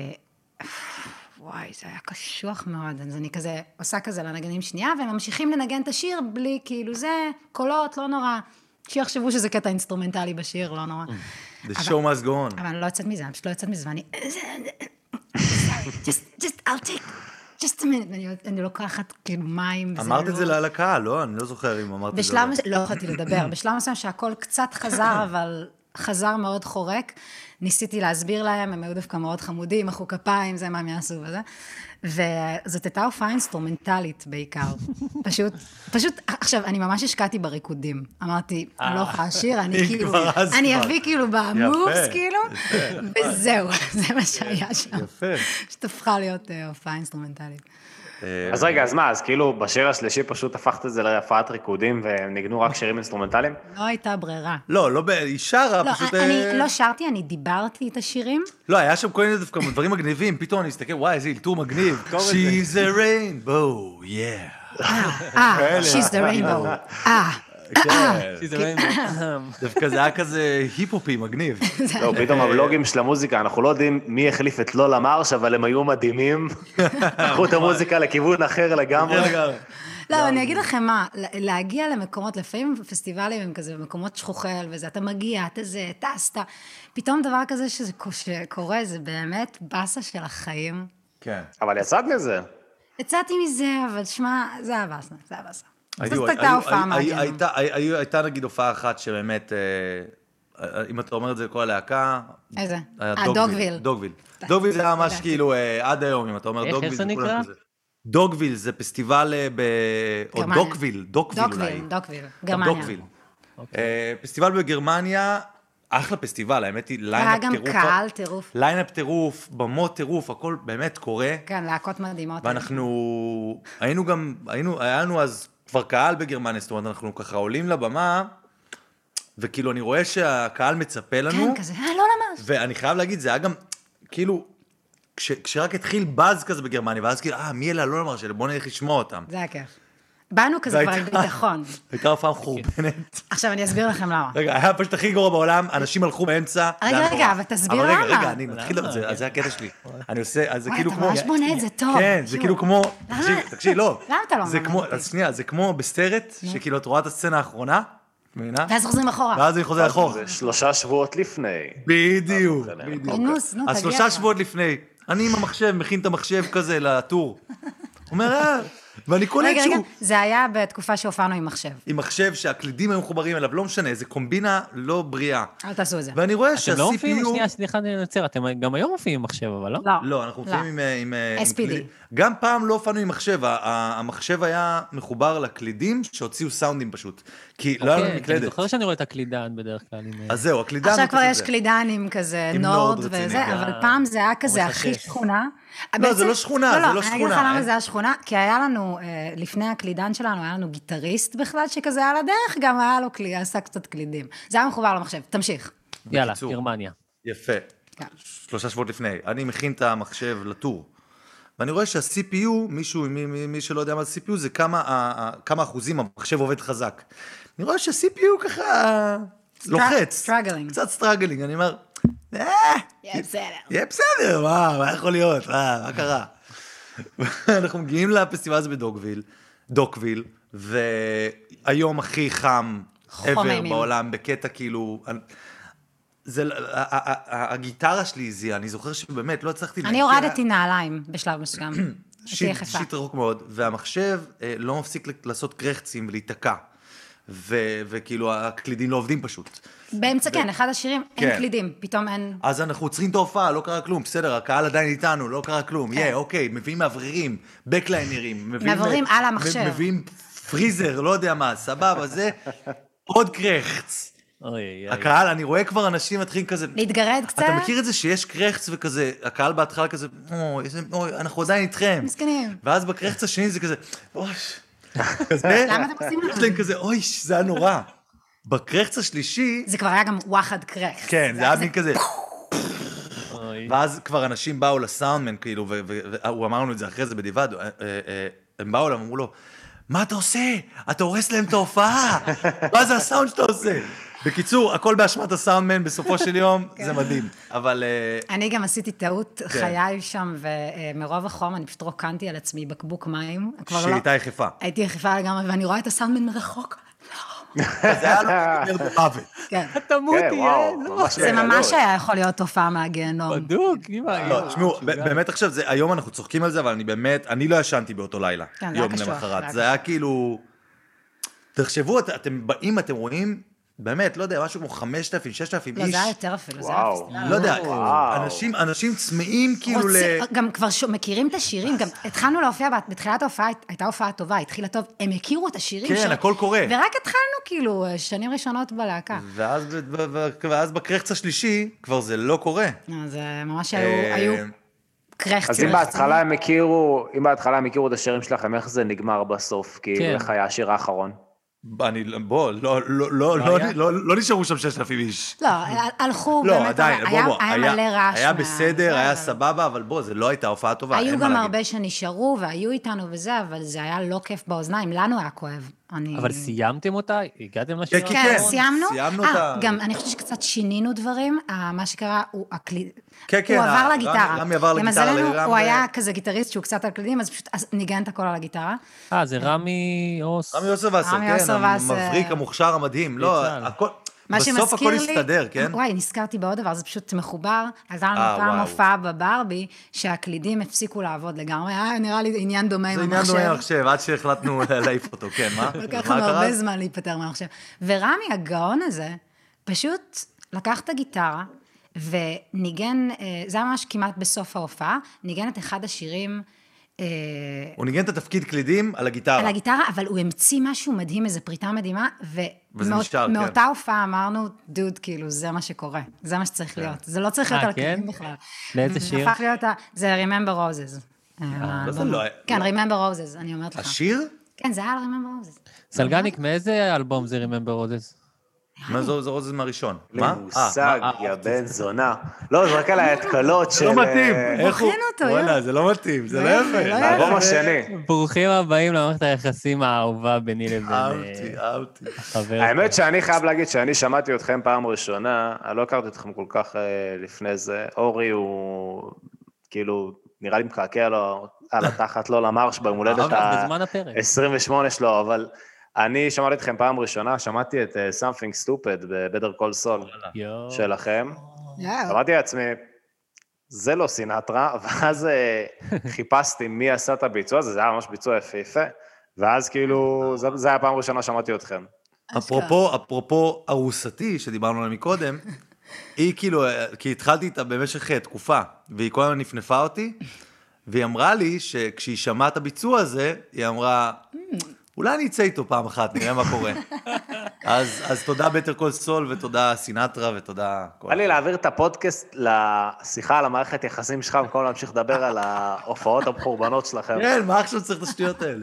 וואי, זה היה קשוח מאוד, אז אני כזה עושה כזה לנגנים שנייה, והם ממשיכים לנגן את השיר בלי, כאילו, זה קולות, לא נורא. שיחשבו שזה קטע אינסטרומנטלי בשיר, לא נורא. The show must go on. אבל אני לא יוצאת מזה, אני פשוט לא יוצאת מזה, ואני... just, just, I'll take, just a minute, ואני אני לוקחת כאילו מים, וזה אמרת לא... את זה ל- לקהל, לא? אני לא זוכר אם אמרת את זה. בשלב או מסוים, לא יכולתי לדבר, בשלב מסוים שהכל קצת חזר, אבל חזר מאוד חורק, ניסיתי להסביר להם, הם היו דווקא מאוד חמודים, מחאו כפיים, זה מה הם יעשו וזה, וזאת הייתה הופעה אינסטרומנטלית בעיקר, פשוט, פשוט, עכשיו, אני ממש השקעתי בריקודים, אמרתי, אני לא יכולה לשיר, אני היא כאילו, כבר אז אני כבר. אביא כאילו במובס, יפה, כאילו, וזהו, זה מה שהיה שם, יפה. פשוט הפכה להיות אה, הופעה אינסטרומנטלית. אז רגע, אז מה, אז כאילו בשיר השלישי פשוט הפכת את זה להפעת ריקודים וניגנו רק שירים אינסטרומנטליים? לא הייתה ברירה. לא, לא, ב- היא שרה, לא, פשוט... אני אה, לא שרתי, אני דיברתי את השירים, לא, היה שם כל מיני דווקא דברים מגניבים, פתאום אני אסתכל, וואי, איזה אלתור מגניב. She's a rainbow, yeah. אה, she's the rainbow, אה, כן. דווקא זה היה כזה היפ-הופי מגניב. לא, פתאום הבלוגים של המוזיקה, אנחנו לא יודעים מי החליף את לולה מרש, אבל הם היו מדהימים. לקחו את המוזיקה לכיוון אחר לגמרי. לא, אני אגיד לכם מה, להגיע למקומות, לפעמים פסטיבלים הם כזה, במקומות שכוחל וזה, אתה מגיע, אתה זה, טסת, פתאום דבר כזה שזה שקורה, זה באמת באסה של החיים. כן. אבל יצאת מזה. יצאתי מזה, אבל שמע, זה היה באסה, זה היה באסה. היו- זאת היו- הייתה הופעה היו- מעניינת. הייתה- היו- הייתה נגיד הופעה אחת שבאמת, אה, אם אתה אומר את זה לכל הלהקה... איזה? היה אה, דוגוויל. דוגוויל. דוגוויל זה היה ממש ידעתי. כאילו, אה, עד היום, אם אתה אומר איך- דוגוויל, איך זה כולם נקרא? כזה. דוגוויל זה פסטיבל אה, ב... או גרמניה. דוקוויל, דוקוויל אולי. דוקוויל, דוקוויל, גרמניה. דוקוויל. אה, פסטיבל בגרמניה, אחלה פסטיבל, האמת היא היה ליינאפ גם טירוף. קהל טירוף. ליינאפ טירוף, במות טירוף, הכל באמת קורה. כן, להקות מדהימות. ואנחנו היינו גם, היינו, היה לנו אז כבר קהל בגרמניה, זאת אומרת, אנחנו ככה עולים לבמה, וכאילו אני רואה שהקהל מצפה לנו. כן, כזה, אה, לא ממש. ואני חייב להגיד, זה היה גם, כאילו, כש, כשרק התחיל באז כזה בגרמניה, ואז כאילו, אה, מי אלה לא אמר שלי, בוא נלך לשמוע אותם. זה היה כיף. באנו כזה כבר עם והייתה- ביטחון. הייתה הופעה מחורבנת. עכשיו אני אסביר לכם למה. רגע, היה פשוט הכי גרוע בעולם, אנשים הלכו באמצע. זה רגע, היה רגע, נורא. אבל תסביר אבל רגע, למה. רגע, אני מתחיל, זה- אז זה הקטע שלי. אני עושה, אז זה וואי, כאילו אתה כמו... ממש בונה את זה טוב. כן, זה שוב. כאילו כמו... למה? תקשיב, תקשיב, לא. למה אתה לא זה מלמד כמו, אותי? אז שנייה, זה כמו בסרט, שכאילו את רואה את הסצנה האחרונה, מבינה? ואז חוזרים אחורה. ואז אני חוזר אחורה. זה שלושה שבועות לפני. בדיוק, בדיוק. אינוס, נו, אז תגיע. שלושה שבועות לפני, אני עם המחשב, מכין את המחשב כזה לטור. אומר, אה, ואני קולט רגע, רגע, שהוא... זה היה בתקופה שהופענו עם מחשב. עם מחשב שהקלידים היו מחוברים אליו, לא משנה, זה קומבינה לא בריאה. אל תעשו את זה. ואני רואה אתם לא מופיעים? שה-סי פי יו... שנייה, סליחה, אני נוצר, אתם גם היום מופיעים עם מחשב, אבל לא? לא. לא, אנחנו מופיעים עם... עם- עם אס פי די. קליד- גם פעם לא הופענו עם מחשב, ה- ה- המחשב היה מחובר לקלידים שהוציאו סאונדים פשוט. כי לא היה לנו כן, אני מקלדת. זוכר שאני רואה את הקלידן בדרך כלל. עם- אז זהו, הקלידן... עכשיו הוא כבר פשוט יש זה. קלידנים כזה, עם נורד נורד רציני, וזה, כן. אבל פעם זה היה כזה ממש הכי השש. שכונה, לא, זה לא שכונה, זה לא שכונה. אני אגיד לך למה זה היה שכונה, כי היה לנו, לפני הקלידן שלנו, היה לנו גיטריסט בכלל, שכזה על הדרך, גם היה לו קליד, עשה קצת קלידים. זה היה מחובר למחשב, תמשיך. יאללה, גרמניה. יפה. שלושה שבועות לפני. אני מכין את המחשב לטור. ואני רואה שה-סי פי יו, מישהו, מי, מי, מי שלא יודע מה זה סי פי יו, זה כמה, כמה אחוזים המחשב עובד חזק. אני רואה שה-סי פי יו ככה לוחץ. סטרגלינג. קצת סטרגלינג. אני אומר, אה, יהיה בסדר. יהיה בסדר, מה, מה יכול להיות? מה, מה קרה? אנחנו מגיעים לפסטיבל הזה בדוקוויל, דוקוויל, והיום הכי חם ever בעולם, בקטע כאילו... זה, הגיטרה שלי זיעה, אני זוכר שבאמת לא הצלחתי... אני הורדתי נעליים בשלב מסוים. שיט רחוק מאוד, והמחשב לא מפסיק לעשות קרחצים ולהיתקע, וכאילו הקלידים לא עובדים פשוט. באמצע כן, אחד השירים, אין קלידים, פתאום אין... אז אנחנו עוצרים את ההופעה, לא קרה כלום, בסדר, הקהל עדיין איתנו, לא קרה כלום, יהיה, אוקיי, מביאים מאווררים, בקליינרים, מאווררים על המחשב. מביאים פריזר, לא יודע מה, סבבה, זה עוד קרחץ. הקהל, אני רואה כבר אנשים מתחילים כזה... להתגרד קצת? אתה מכיר את זה שיש קרחץ וכזה, הקהל בהתחלה כזה, אוי, אנחנו עדיין איתכם. מסכנים. ואז בקרחץ השני זה כזה, אוי, כזה... למה אתם עושים לך? יש להם כזה, אוי, זה היה נורא. בקרחץ השלישי... זה כבר היה גם וואחד קרחץ. כן, זה היה מין כזה... ואז כבר אנשים באו לסאונדמן, כאילו, והוא אמר לנו את זה אחרי זה בדיבד, הם באו להם, אמרו לו, מה אתה עושה? אתה הורס להם את ההופעה. מה זה הסאונד שאתה עושה? בקיצור, הכל באשמת הסאונדמן, בסופו של יום, זה מדהים. אבל... אני גם עשיתי טעות חיי שם, ומרוב החום אני פשוט רוקנתי על עצמי בקבוק מים. שהייתה יחפה. הייתי יחפה לגמרי, ואני רואה את הסאונדמן מרחוק. זה היה לו יותר במוות. כן. תמותי, זה ממש היה יכול להיות תופעה מהגיהנום. בדוק, לא, תשמעו, באמת עכשיו, היום אנחנו צוחקים על זה, אבל אני באמת, אני לא ישנתי באותו לילה. יום למחרת. זה היה כאילו... תחשבו, אתם באים, אתם רואים... באמת, לא יודע, משהו כמו חמשת אלפים, ששת אלפים איש. לא, זה היה יותר אפילו, זה היה פסטיבל. לא יודע, אנשים, אנשים צמאים כאילו ל... גם כבר מכירים את השירים, גם התחלנו להופיע, בתחילת ההופעה הייתה הופעה טובה, התחילה טוב, הם הכירו את השירים. כן, הכל קורה. ורק התחלנו כאילו שנים ראשונות בלהקה. ואז בקרחץ השלישי, כבר זה לא קורה. זה ממש היו קרחצים. אז אם בהתחלה הם הכירו, אם בהתחלה הם הכירו את השירים שלכם, איך זה נגמר בסוף? כי איך היה השיר האחרון? אני, בוא, לא, לא, לא, לא, לא, לא נשארו שם ששת אלפים איש. לא, הלכו, לא, באמת, עדיין, בוא, בוא, היה מלא רעש. היה בסדר, היה סבבה, אבל בוא, זה לא הייתה הופעה טובה. היו גם הרבה שנשארו, והיו איתנו וזה, אבל זה היה לא כיף באוזניים, לנו היה כואב. אבל סיימתם אותה? הגעתם לשיר? כן, כן, סיימנו. סיימנו אותה. גם, אני חושבת שקצת שינינו דברים, מה שקרה, הוא הקליד... כן, כן, הוא עבר לגיטרה. רמי עבר לגיטרה. למזלנו, הוא היה כזה גיטריסט שהוא קצת על קלידים, אז פשוט ניגן את הכל על הגיטרה. אה, זה רמי אוס. רמי אוסרבסר, כן, המבריק, המוכשר, המדהים. לא, הכל... בסוף הכל הסתדר, כן? וואי, נזכרתי בעוד דבר, זה פשוט מחובר. אז היה לנו פעם הופעה בברבי, שהקלידים הפסיקו לעבוד לגמרי. היה נראה לי עניין דומה עם המחשב. זה עניין דומה עם המחשב, עד שהחלטנו להעיף אותו, כן, מה? לקח לנו הרבה זמן להיפטר מהמחשב. ורמי, הגאון הזה, פשוט לקח את הגיטרה, וניגן, זה היה ממש כמעט בסוף ההופעה, ניגן את אחד השירים... הוא ניגן את התפקיד קלידים על הגיטרה. על הגיטרה, אבל הוא המציא משהו מדהים, איזו פריטה מדהימה, ומאותה הופעה אמרנו, דוד, כאילו, זה מה שקורה, זה מה שצריך להיות. זה לא צריך להיות על קלידים בכלל. לאיזה שיר? זה Remember Roses. כן, Remember Roses, אני אומרת לך. השיר? כן, זה היה על Remember Roses. סלגניק, מאיזה אלבום זה Remember Roses? מה זה רוזס מהראשון? מה? מושג, יא בן זונה. לא, זה רק על ההתקלות של... לא מתאים. בוחן אותו, וואלה, זה לא מתאים, זה לא יפה. מהאלבום השני. ברוכים הבאים למערכת היחסים האהובה ביני לבין... אהבתי, אהבתי. האמת שאני חייב להגיד שאני שמעתי אתכם פעם ראשונה, אני לא הכרתי אתכם כל כך לפני זה. אורי הוא כאילו, נראה לי מקעקע לו על התחת, לא למרש ביום הולדת ה-עשרים ושמונה שלו, אבל... אני שמעתי אתכם פעם ראשונה, שמעתי את Something Stupid ב-Better Call Saul שלכם. שמעתי לעצמי, זה לא סינטרה, ואז חיפשתי מי עשה את הביצוע הזה, זה היה ממש ביצוע יפה, ואז כאילו, זה היה פעם ראשונה שמעתי אתכם. אפרופו, אפרופו ארוסתי, שדיברנו עליה מקודם, היא כאילו, כי התחלתי איתה במשך תקופה, והיא כל הזמן נפנפה אותי, והיא אמרה לי שכשהיא שמעה את הביצוע הזה, היא אמרה... אולי אני אצא איתו פעם אחת, נראה מה קורה. אז, אז תודה בטר קול סול, ותודה סינטרה, ותודה... בא לי להעביר את הפודקאסט לשיחה על המערכת יחסים שלך, במקום להמשיך לדבר על ההופעות המחורבנות שלכם. כן, מה עכשיו צריך את השטויות האלה?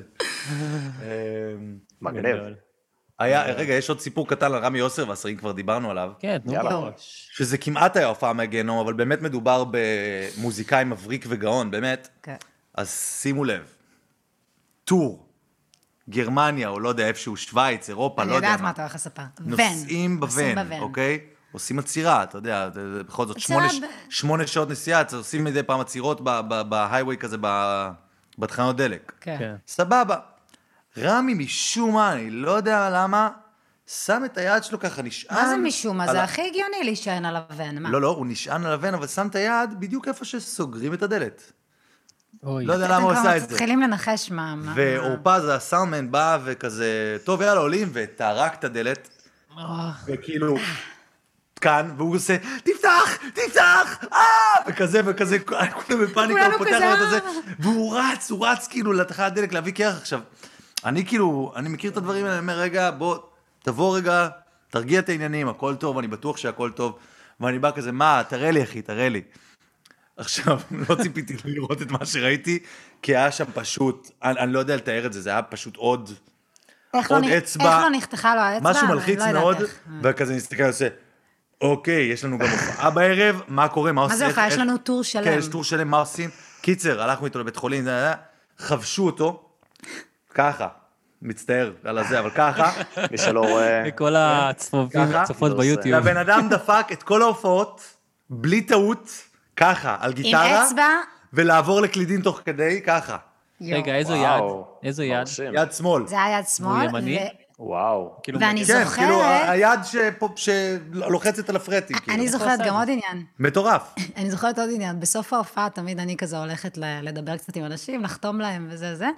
מגניב. היה, רגע, יש עוד סיפור קטן על רמי יוסר, והשרים כבר דיברנו עליו. כן, נו, בראש. שזה כמעט היה הופעה מהגיהנום, אבל באמת מדובר במוזיקאי מבריק וגאון, באמת. כן. אז שימו לב, טור, גרמניה, או לא יודע, איפשהו, שוויץ, אירופה, לא יודע מה. אני יודעת מה אתה הולך לספר. נוסעים בוון, אוקיי? עושים עצירה, אתה יודע, בכל זאת, שמונה שעות נסיעה, עושים מדי פעם עצירות בהייווי כזה, בתחנות דלק. כן. סבבה. רמי משום מה, אני לא יודע למה, שם את היד שלו ככה, נשען... מה זה משום מה? זה הכי הגיוני להישען על הוון, מה? לא, לא, הוא נשען על הוון, אבל שם את היד בדיוק איפה שסוגרים את הדלת. אוי. לא יודע למה הוא עושה את זה. אתם כבר מתחילים לנחש מה... ואורפז, הסאונדמן, בא וכזה, טוב, יאללה, עולים, וטרק את הדלת, וכאילו, כאן, והוא עושה, תפתח, תפתח, אה! וכזה, וכזה, כולם בפאניקה, הוא פותח את זה, והוא רץ, הוא רץ כאילו לתחנת דלק להביא קרח. עכשיו, אני כאילו, אני מכיר את הדברים האלה, אני אומר, רגע, בוא, תבוא רגע, תרגיע את העניינים, הכל טוב, אני בטוח שהכל טוב, ואני בא כזה, מה, תראה לי, אחי, תראה לי. עכשיו, לא ציפיתי לראות את מה שראיתי, כי היה שם פשוט, אני, אני לא יודע לתאר את זה, זה היה פשוט עוד, עוד אצבע. איך לא נחתכה לו האצבע? משהו מלחיץ מאוד, וכזה נסתכל ועושה, אוקיי, יש לנו גם הופעה בערב, מה קורה, מה עושים? מה זה הופעה? יש לנו טור שלם. כן, יש טור שלם, מה עושים? קיצר, הלכנו איתו לבית חולים, חבשו אותו, ככה, מצטער על הזה, אבל ככה. מי שלא רואה... וכל הצפופים, הצפות ביוטיוב. והבן אדם דפק את כל ההופעות, בלי טעות, ככה, על גיטרה. עם אצבע. ולעבור לקלידים תוך כדי, ככה. רגע, איזו יד? איזו יד? יד שמאל. זה היה יד שמאל. הוא ימני? וואו. ואני כן, זוכרת... כאילו, היד שלוחצת על הפרטים. אני זוכרת גם עוד עניין. מטורף. אני זוכרת עוד עניין. בסוף ההופעה תמיד אני כזה הולכת לדבר קצת עם אנשים, לחתום להם וזה זה.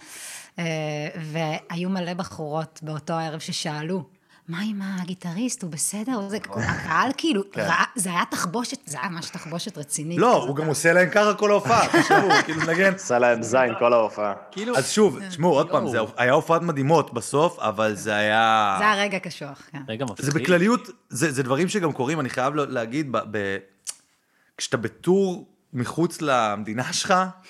והיו מלא בחורות באותו הערב ששאלו, מה עם הגיטריסט, הוא בסדר? הקהל כאילו, זה היה תחבושת, זה היה ממש תחבושת רצינית. לא, הוא גם עושה להם ככה כל ההופעה, תשמעו, כאילו נגן. עשה להם זין כל ההופעה. אז שוב, תשמעו, עוד פעם, זה היה הופעות מדהימות בסוף, אבל זה היה... זה היה רגע קשוח, כן. רגע מפחיד. זה בכלליות, זה דברים שגם קורים, אני חייב להגיד, כשאתה בטור מחוץ למדינה שלך,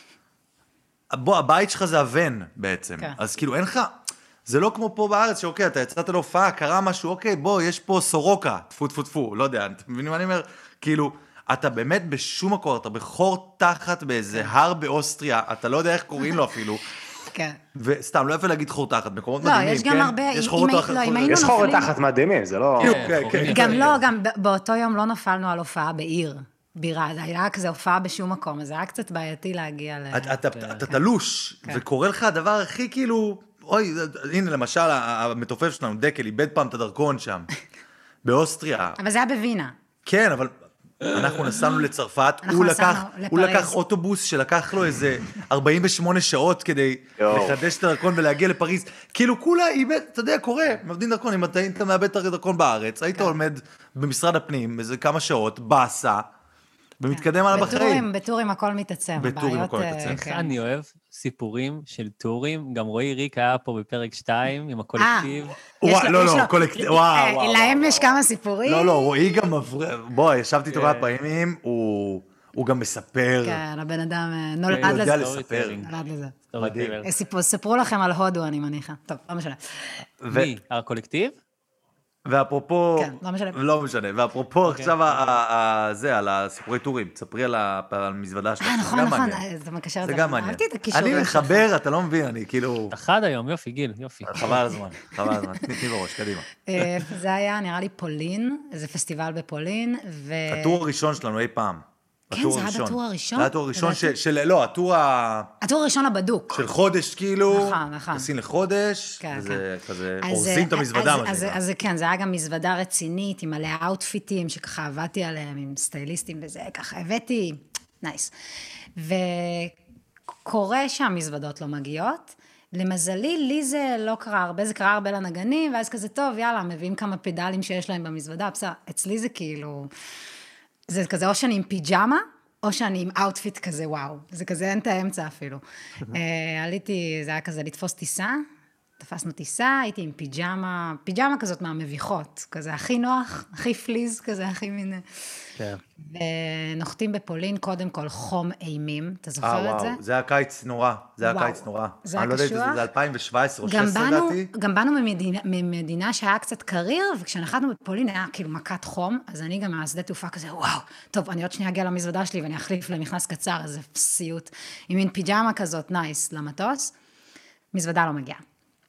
בוא, הבית שלך זה הוון בעצם, אז כאילו אין לך... זה לא כמו פה בארץ, שאוקיי, אתה יצאת להופעה, קרה משהו, אוקיי, בוא, יש פה סורוקה, תפו, תפו, תפו, לא יודע, אתה מבינים מה אני אומר? כאילו, אתה באמת בשום מקור, אתה בחור תחת באיזה הר באוסטריה, אתה לא יודע איך קוראים לו אפילו. כן. וסתם, לא יפה להגיד חור תחת, מקומות לא, מדהימים, יש גם הרבה... יש חורות תחת. יש חורות תחת מדהימים, זה לא... גם לא, גם באותו יום לא נפלנו על הופעה בעיר. בירה, זה היה כזה הופעה בשום מקום, אז זה היה קצת בעייתי להגיע ל... אתה תלוש, וקורא לך הדבר הכי כאילו... אוי, הנה למשל, המתופף שלנו, דקל, איבד פעם את הדרכון שם, באוסטריה. אבל זה היה בווינה. כן, אבל אנחנו נסענו לצרפת, הוא לקח, הוא לקח אוטובוס שלקח לו איזה ארבעים ושמונה שעות כדי לחדש את הדרכון ולהגיע לפריז. כאילו כולה איבד, אתה יודע, קורה, מבדין דרכון, אם אתה היית מאבד את הדרכון בארץ, היית עומד במשרד הפנים איזה כמה שעות, בסה, ומתקדם על בחיים. בטורים, בטורים הכל מתעצם. בטורים הכל מתעצם. איך אני אוהב סיפורים של טורים, גם רועי ריק היה פה בפרק שתיים עם הקולקטיב. לא, לא, קולקטיב, וואו, וואו. להם יש כמה סיפורים. לא, לא, רועי גם מברר, בוא, ישבתי איתו כמה פעמים, הוא גם מספר. כן, הבן אדם נולד לזה. הוא יודע לספר. נולד לזה. מדהים. ספרו לכם על הודו, אני מניחה. טוב, לא משנה. מי? הקולקטיב? ואפרופו, כן, לא משנה. לא משנה, ואפרופו עכשיו זה, על הסיפורי טורים, תספרי על המזוודה שלך. אה, נכון, נכון, זה מקשר את זה. זה גם מעניין. אני מחבר, אתה לא מבין, אני כאילו... אתה חד היום, יופי, גיל, יופי. חבל על הזמן, חבל על הזמן, תני בראש, קדימה. זה היה, נראה לי, פולין, זה פסטיבל בפולין, ו... הטור הראשון שלנו אי פעם. כן, זה היה בטור הראשון? זה היה הטור הראשון של, לא, הטור ה... הטור הראשון הבדוק. של חודש, כאילו, נכון, נכון. טסים לחודש, וזה כזה, אורזים את המזוודה. אז כן, זה היה גם מזוודה רצינית, עם מלא אאוטפיטים, שככה עבדתי עליהם, עם סטייליסטים וזה, ככה הבאתי, נייס. וקורה שהמזוודות לא מגיעות, למזלי, לי זה לא קרה הרבה, זה קרה הרבה לנגנים, ואז כזה, טוב, יאללה, מביאים כמה פדלים שיש להם במזוודה, בסדר, אצלי זה כאילו... זה כזה, או שאני עם פיג'מה, או שאני עם אאוטפיט כזה, וואו. זה כזה, אין את האמצע אפילו. עליתי, זה היה כזה לתפוס טיסה, תפסנו טיסה, הייתי עם פיג'מה, פיג'מה כזאת מהמביכות, כזה הכי נוח, הכי פליז, כזה הכי מין... כן. ונוחתים בפולין, קודם כל חום אימים, אתה זוכר את זה? זה היה קיץ נורא, זה היה קיץ נורא. זה היה אני לא יודע, קשוח. זה אלפיים שבע עשרה או שש עשרה לדעתי. גם באנו ממדינה, ממדינה שהיה קצת קריר, וכשנחתנו בפולין היה כאילו מכת חום, אז אני גם מהשדה תעופה כזה, וואו, טוב, אני עוד שנייה אגיע למזוודה שלי, ואני אחליף למכנס קצר, איזה סיוט, עם מין פיג'מה כזאת, נייס, למטוס, מזוודה לא מגיעה.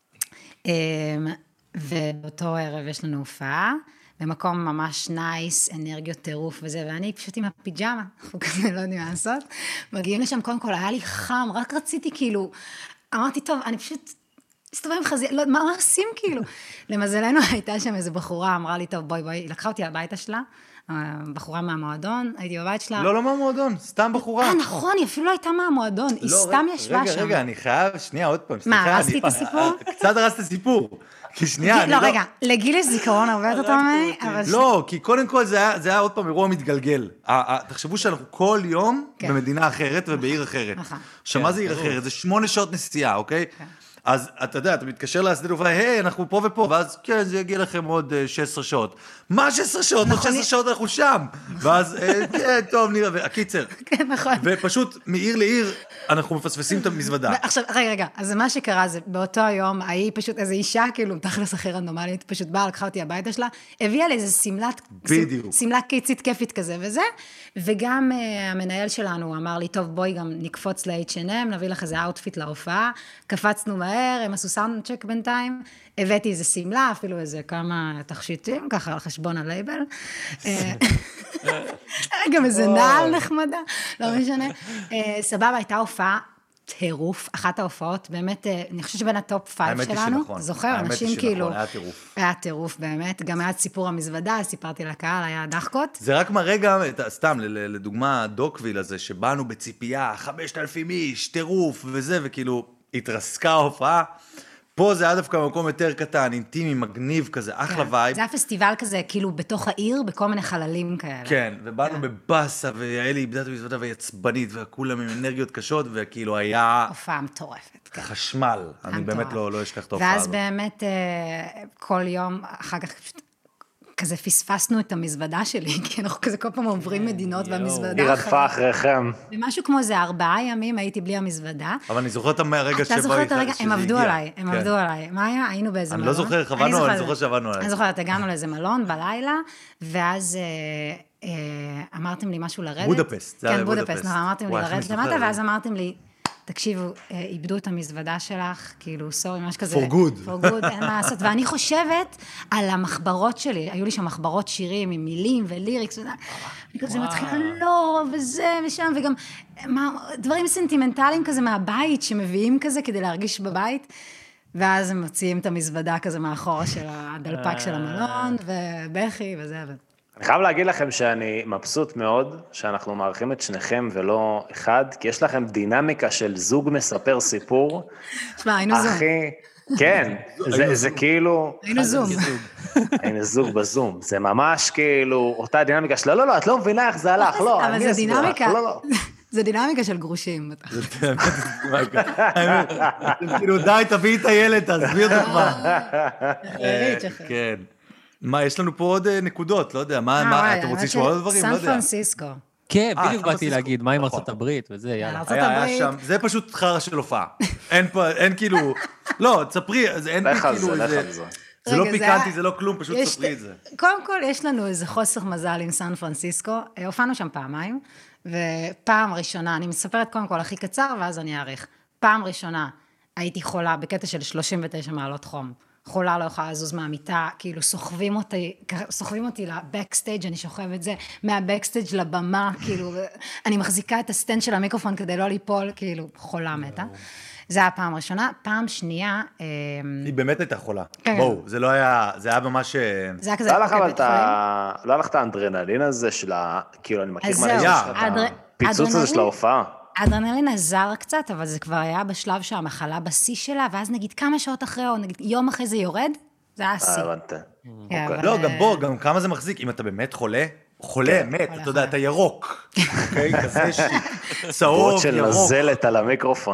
ובאותו ערב יש לנו הופעה, במקום ממש נייס, אנרגיות טירוף וזה, ואני פשוט עם הפיג'מה, אנחנו כזה לא יודעים מה לעשות, מגיעים לשם, קודם כל, היה לי חם, רק רציתי כאילו, אמרתי, טוב, אני פשוט מסתובב עם חזיר, לא, מה עושים כאילו? למזלנו הייתה שם איזו בחורה, אמרה לי, טוב, בואי, בואי, היא לקחה אותי הביתה שלה, בחורה מהמועדון, הייתי בבית שלה. לא, לא מהמועדון, סתם בחורה. אה, נכון, היא אפילו לא הייתה מהמועדון, היא סתם ישבה שם. רגע, רגע, אני חייב, שנייה, עוד פעם. מה, הרסתי את הסיפור? קצת הרסת את הסיפור. כי שנייה, אני לא... לא... רגע, לגיל יש זיכרון הרבה יותר טוב ממני, אבל... לא, כי קודם כל זה היה עוד פעם אירוע מתגלגל. תחשבו שאנחנו כל יום במדינה אחרת ובעיר אחרת. עכשיו, מה זה עיר אחרת? זה שמונה שעות נסיעה, אוקיי? אז אתה יודע, אתה מתקשר להסדר תעופה, היי, אנחנו פה ופה, ואז כן, זה יגיע לכם עוד שש עשרה שעות. מה שש עשרה שעות? עוד שש עשרה שעות אנחנו שם. ואז, כן, טוב, נראה, הקיצר. כן, נכון. ופשוט מעיר לעיר, אנחנו מפספסים את המזוודה. עכשיו, רגע, רגע, אז מה שקרה זה, באותו היום, היא פשוט איזו אישה, כאילו, תכלס הכי רנדומלית, פשוט באה, לקחה אותי הביתה שלה, הביאה לי איזו סמלת, בדיוק. סמלה קיצית כיפית כזה וזה, וגם המנהל שלנו אמר לי, טוב, בואי גם נקפוץ ל-אייץ' אנד אם, נביא לך איזה אאוטפיט להופעה, קפצנו מהר, הם עשו סאונד צ'ק בינתיים, הבאתי איזה סמלה, אפילו איזה כמה תכשיטים, ככה על חשבון הלייבל. גם איזה נעל נחמדה, לא משנה. סבבה, הייתה הופעה טירוף, אחת ההופעות, באמת, אני חושבת שבין הטופ פייב שלנו, זוכר, אנשים כאילו... היה טירוף. היה טירוף, באמת, גם היה סיפור המזוודה, סיפרתי לקהל, היה דחקות. זה רק מראה גם, סתם, לדוגמה, דוקוויל הזה, שבאנו בציפייה, חמשת אלפים איש, טירוף וזה, וכאילו, התרסקה ההופעה. פה זה היה דווקא במקום יותר קטן, אינטימי, מגניב כזה, אחלה וייב. זה היה פסטיבל כזה, כאילו, בתוך העיר, בכל מיני חללים כאלה. כן, ובאנו בבאסה, ויעלי איבדה את המזוודה ויצבנית, וכולם עם אנרגיות קשות, וכאילו היה... הופעה מטורפת, כן. חשמל, אני באמת לא אשכח את ההופעה הזאת. ואז באמת, כל יום, אחר כך פשוט... כזה פספסנו את המזוודה שלי, כי אנחנו כזה כל פעם עוברים מדינות והמזוודה היא רדפה אחריכם. ומשהו כמו זה ארבעה ימים הייתי בלי המזוודה. אבל אני זוכר את מהרגע שבו... אתה זוכר את הרגע, הם עבדו עליי, הם עבדו עליי. מה היה? היינו באיזה מלון. אני לא זוכר איך עבדנו, אני זוכר שעבדנו עליי. אני זוכרת, הגענו לאיזה מלון בלילה, ואז אמרתם לי משהו לרדת. בודפסט, זה היה בודפסט. בודפסט. כן, אמרתם לי לרדת למטה, ואז אמרתם לי, תקשיבו, איבדו את המזוודה שלך, כאילו, סורי, ממש כזה... For good. For good, אין מה לעשות. ואני חושבת על המחברות שלי, היו לי שם מחברות שירים עם מילים וליריקס, ואני כזה מתחילה, לא, וזה ושם, וגם דברים סנטימנטליים כזה מהבית, שמביאים כזה כדי להרגיש בבית, ואז הם מוציאים את המזוודה כזה מאחורה של הדלפק של המלון, ובכי וזה וזה. אני חייב להגיד לכם שאני מבסוט מאוד שאנחנו מערכים את שניכם ולא אחד, כי יש לכם דינמיקה של זוג מספר סיפור. שמע, היינו זום. הכי, כן, זה כאילו... היינו זום. היינו זוג בזום, זה ממש כאילו אותה דינמיקה של לא, לא, לא, את לא מבינה איך זה הלך, לא, אבל זה דינמיקה, לא, לא. זה דינמיקה של גרושים. זה דינמיקה. כאילו, די, תביאי את הילד, תסביר את כבר. כן. מה, יש לנו פה עוד נקודות, לא יודע, מה, אתה רוצה לשמוע עוד דברים? סן פרנסיסקו. כן, בדיוק באתי להגיד, מה עם ארצות הברית וזה, יאללה. ארצות הברית. זה פשוט חרא של הופעה. אין פה, אין כאילו, לא, תספרי, אין כאילו איזה... זה לא פיקנטי, זה לא כלום, פשוט תספרי את זה. קודם כל, יש לנו איזה חוסר מזל עם סן פרנסיסקו, הופענו שם פעמיים, ופעם ראשונה, אני מספרת קודם כל הכי קצר, ואז אני אעריך. פעם ראשונה הייתי חולה בקטע של שלושים ותשע מעלות חום. חולה לא יכולה לזוז מהמיטה, כאילו סוחבים אותי, סוחבים אותי לבקסטייג', אני שוכבת זה, מהבקסטייג' לבמה, כאילו, אני מחזיקה את הסטנד של המיקרופון כדי לא ליפול, כאילו, חולה מתה. זה היה פעם ראשונה. פעם שנייה... היא באמת הייתה חולה. בואו, זה לא היה, זה היה ממש... זה היה כזה... לא הלך את האנדרנלין הזה של ה... כאילו, אני מכיר מה יש את הפיצוץ הזה של ההופעה. האדרנלין עזר קצת, אבל זה כבר היה בשלב שהמחלה בשיא שלה, ואז נגיד כמה שעות אחרי, או נגיד יום אחרי זה יורד, זה היה שיא. לא, גם בוא, גם כמה זה מחזיק, אם אתה באמת חולה, חולה, מת, אתה יודע, אתה ירוק, אוקיי? כזה שיט, צהוב, ירוק. של נזלת על המיקרופון.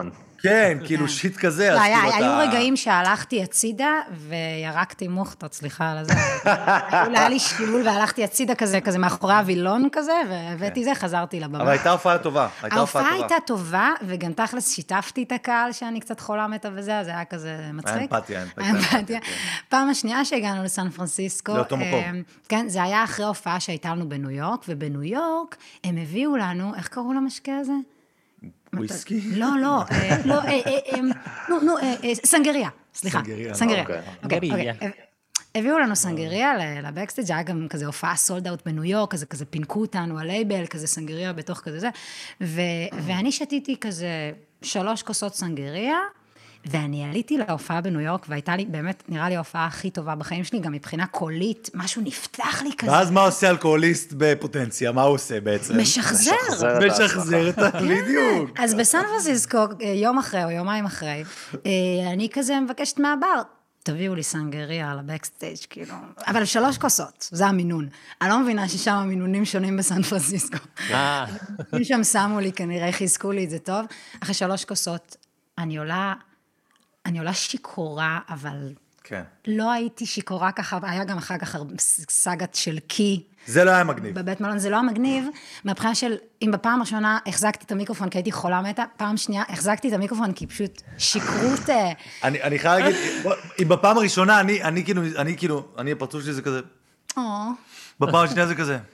כן, כאילו שיט כזה. לא, היו רגעים שהלכתי הצידה וירקתי מוכתות, סליחה על זה. היה לי שילול והלכתי הצידה כזה, כזה מאחורי הווילון כזה, והבאתי זה, חזרתי לבמה. אבל הייתה הופעה טובה. ההופעה הייתה טובה, וגם תכלס שיתפתי את הקהל שאני קצת חולה מתה וזה, אז היה כזה מצחיק. האמפתיה, האמפתיה. פעם השנייה שהגענו לסן פרנסיסקו, לאותו מקום. כן, זה היה אחרי הופעה שהייתה לנו בניו יורק, ובניו יורק הם הביאו לנו, איך קראו למשקה הזה? וויסקי? לא, לא, לא, נו, נו, סנגריה, סליחה. סנגריה. סנגריה. סנגריה. הביאו לנו סנגריה לבקסטייג', היה גם כזה הופעה סולד אאוט בניו יורק, כזה כזה פינקו אותנו הלייבל, כזה סנגריה בתוך כזה זה, ואני שתיתי כזה שלוש כוסות סנגריה, ואני עליתי להופעה בניו יורק, והייתה לי, באמת, נראה לי ההופעה הכי טובה בחיים שלי, גם מבחינה קולית, משהו נפתח לי כזה. ואז מה עושה אלכוהוליסט בפוטנציה? מה הוא עושה בעצם? משחזר. משחזר את בדיוק. אז בסן פרנסיסקו, יום אחרי או יומיים אחרי, אני כזה מבקשת מהבר, תביאו לי סנגריה על הבקסטייג' כאילו, אבל שלוש כוסות, זה המינון. אני לא מבינה ששם המינונים שונים בסן פרנסיסקו. שם שמו לי, כנראה חיזקו לי את זה טוב. אחרי שלוש כוסות, אני עולה... אני עולה שיקורה, אבל כן. לא הייתי שיקורה ככה, היה גם אחר כך סגת של קי. זה לא היה מגניב. בבית מלון, זה לא היה מגניב, מהבחינה של, אם בפעם הראשונה החזקתי את המיקרופון, כי הייתי חולה מתה, פעם שנייה החזקתי את המיקרופון, כי פשוט שיקרות... אני, אני חייב להגיד, אם בפעם הראשונה, אני, אני כאילו, אני כאילו, אני הפרצוף שלי זה כזה, בפעם השנייה זה כזה.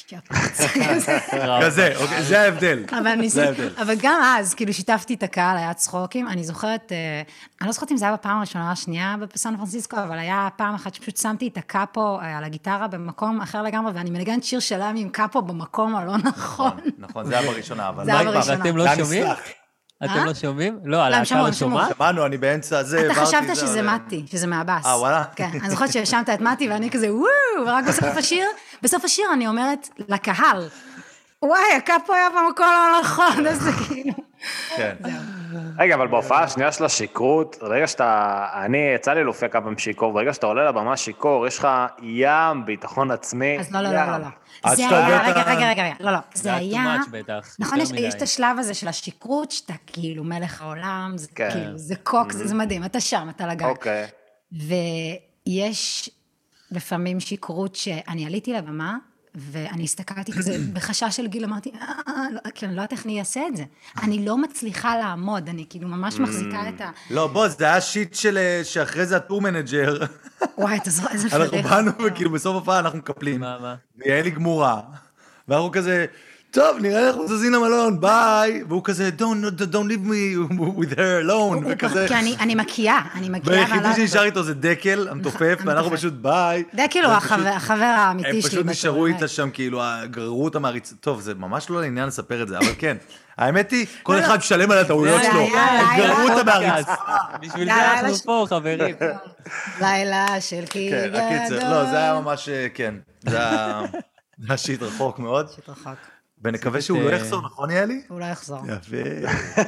כזה, זה ההבדל. אבל גם אז, כאילו שיתפתי את הקהל, היה צחוקים, אני זוכרת, אני לא זוכרת אם זה היה בפעם הראשונה השנייה בסן פרנסיסקו, אבל היה פעם אחת שפשוט שמתי את הקאפו על הגיטרה במקום אחר לגמרי, ואני מנגנת שיר שלם עם קאפו במקום הלא נכון. נכון, זה היה בראשונה, אבל... זה היה בראשונה. אתם לא שומעים? אתם לא שומעים? לא, על ההקה לא שומעת? שמענו, אני באמצע זה, אתה חשבת שזה מתי, שזה מהבאס. אה, וואלה? כן, אני זוכרת שהשמת את מתי, ואני כזה, וואו, ורק בסוף השיר, בסוף השיר אני אומרת לקהל, וואי, הקאפו היה במקום לא נכון, אז זה כאילו... כן. רגע, אבל בהופעה השנייה של השיקרות, ברגע שאתה, אני, יצא לי להופיע כמה פעמים שיקור, ברגע שאתה עולה לבמה שיקור, יש לך ים ביטחון עצמי. אז לא, לא, לא, לא. זה היה, רגע, רגע, רגע, רגע, לא, לא, זה היה, נכון, יש את השלב הזה של השיקרות, שאתה כאילו מלך העולם, זה כאילו, זה קוק, זה מדהים, אתה שם, אתה לגג. אוקיי. ויש לפעמים שיקרות שאני עליתי לבמה, ואני הסתכלתי כזה, בחשש של גיל, אמרתי, כי אני לא יודעת איך אני אעשה את זה. אני לא מצליחה לעמוד, אני כאילו ממש מחזיקה את ה... לא, בוא, זה היה שיט שאחרי זה הטור מנג'ר. וואי, אתה זוכר, איזה פריך. אנחנו באנו, וכאילו בסוף הפעם אנחנו מקפלים. מה, מה? ויהיה לי גמורה. ואנחנו כזה, טוב, נראה אנחנו זזים למלון, ביי. והוא כזה, don't, don't leave me with her alone. וכזה. כי אני מקיאה, אני מקיאה. והיחידי שנשאר איתו זה דקל, המתופף, ואנחנו פשוט ביי. דקל הוא החבר האמיתי שלי. הם פשוט נשארו איתה שם, כאילו, גררו אותה מהריצה. טוב, זה ממש לא לעניין לספר את זה, אבל כן. האמת היא, כל אחד שלם על הטעויות שלו. הם גררו אותה מהריצה. בשביל זה אנחנו פה, חברים. לילה של קי גדול. לא, זה היה ממש, כן. זה היה שיט רחוק מאוד. שיט רחוק. ונקווה שהוא לא יחזור, נכון יאלי? הוא לא יחזור. יפה.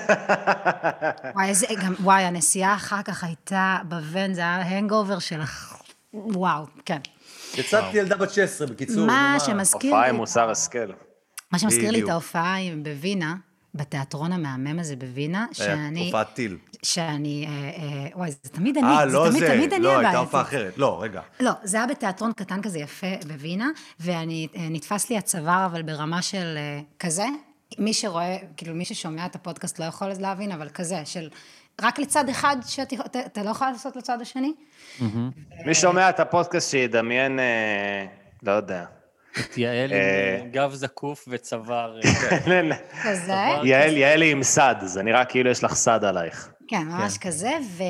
וואי, הנסיעה אחר כך הייתה בוון, זה היה הנגאובר של... וואו, כן. יצאתי ילדה בת שש עשרה, בקיצור. מה שמזכיר לי... הופעה עם מוסר השכל. מה שמזכיר לי את ההופעה בווינה, בתיאטרון המהמם הזה בווינה, שאני... הופעת טיל. שאני... וואי, זה תמיד אני. אה, לא זה. זה תמיד אני לא, הבעיה. הייתה הופעה אחרת. לא, רגע. לא, זה היה בתיאטרון קטן כזה יפה בווינה, ואני נתפס לי הצוואר, אבל ברמה של כזה. מי שרואה, כאילו מי ששומע את הפודקאסט לא יכול להבין, אבל כזה, של רק לצד אחד, שאתה לא יכול לעשות לצד השני. מי שומע את הפודקאסט שידמיין, לא יודע. את יעל עם גב זקוף וצוואר. כזה. יעל היא עם סד, זה נראה כאילו יש לך סד עלייך. כן, ממש כזה,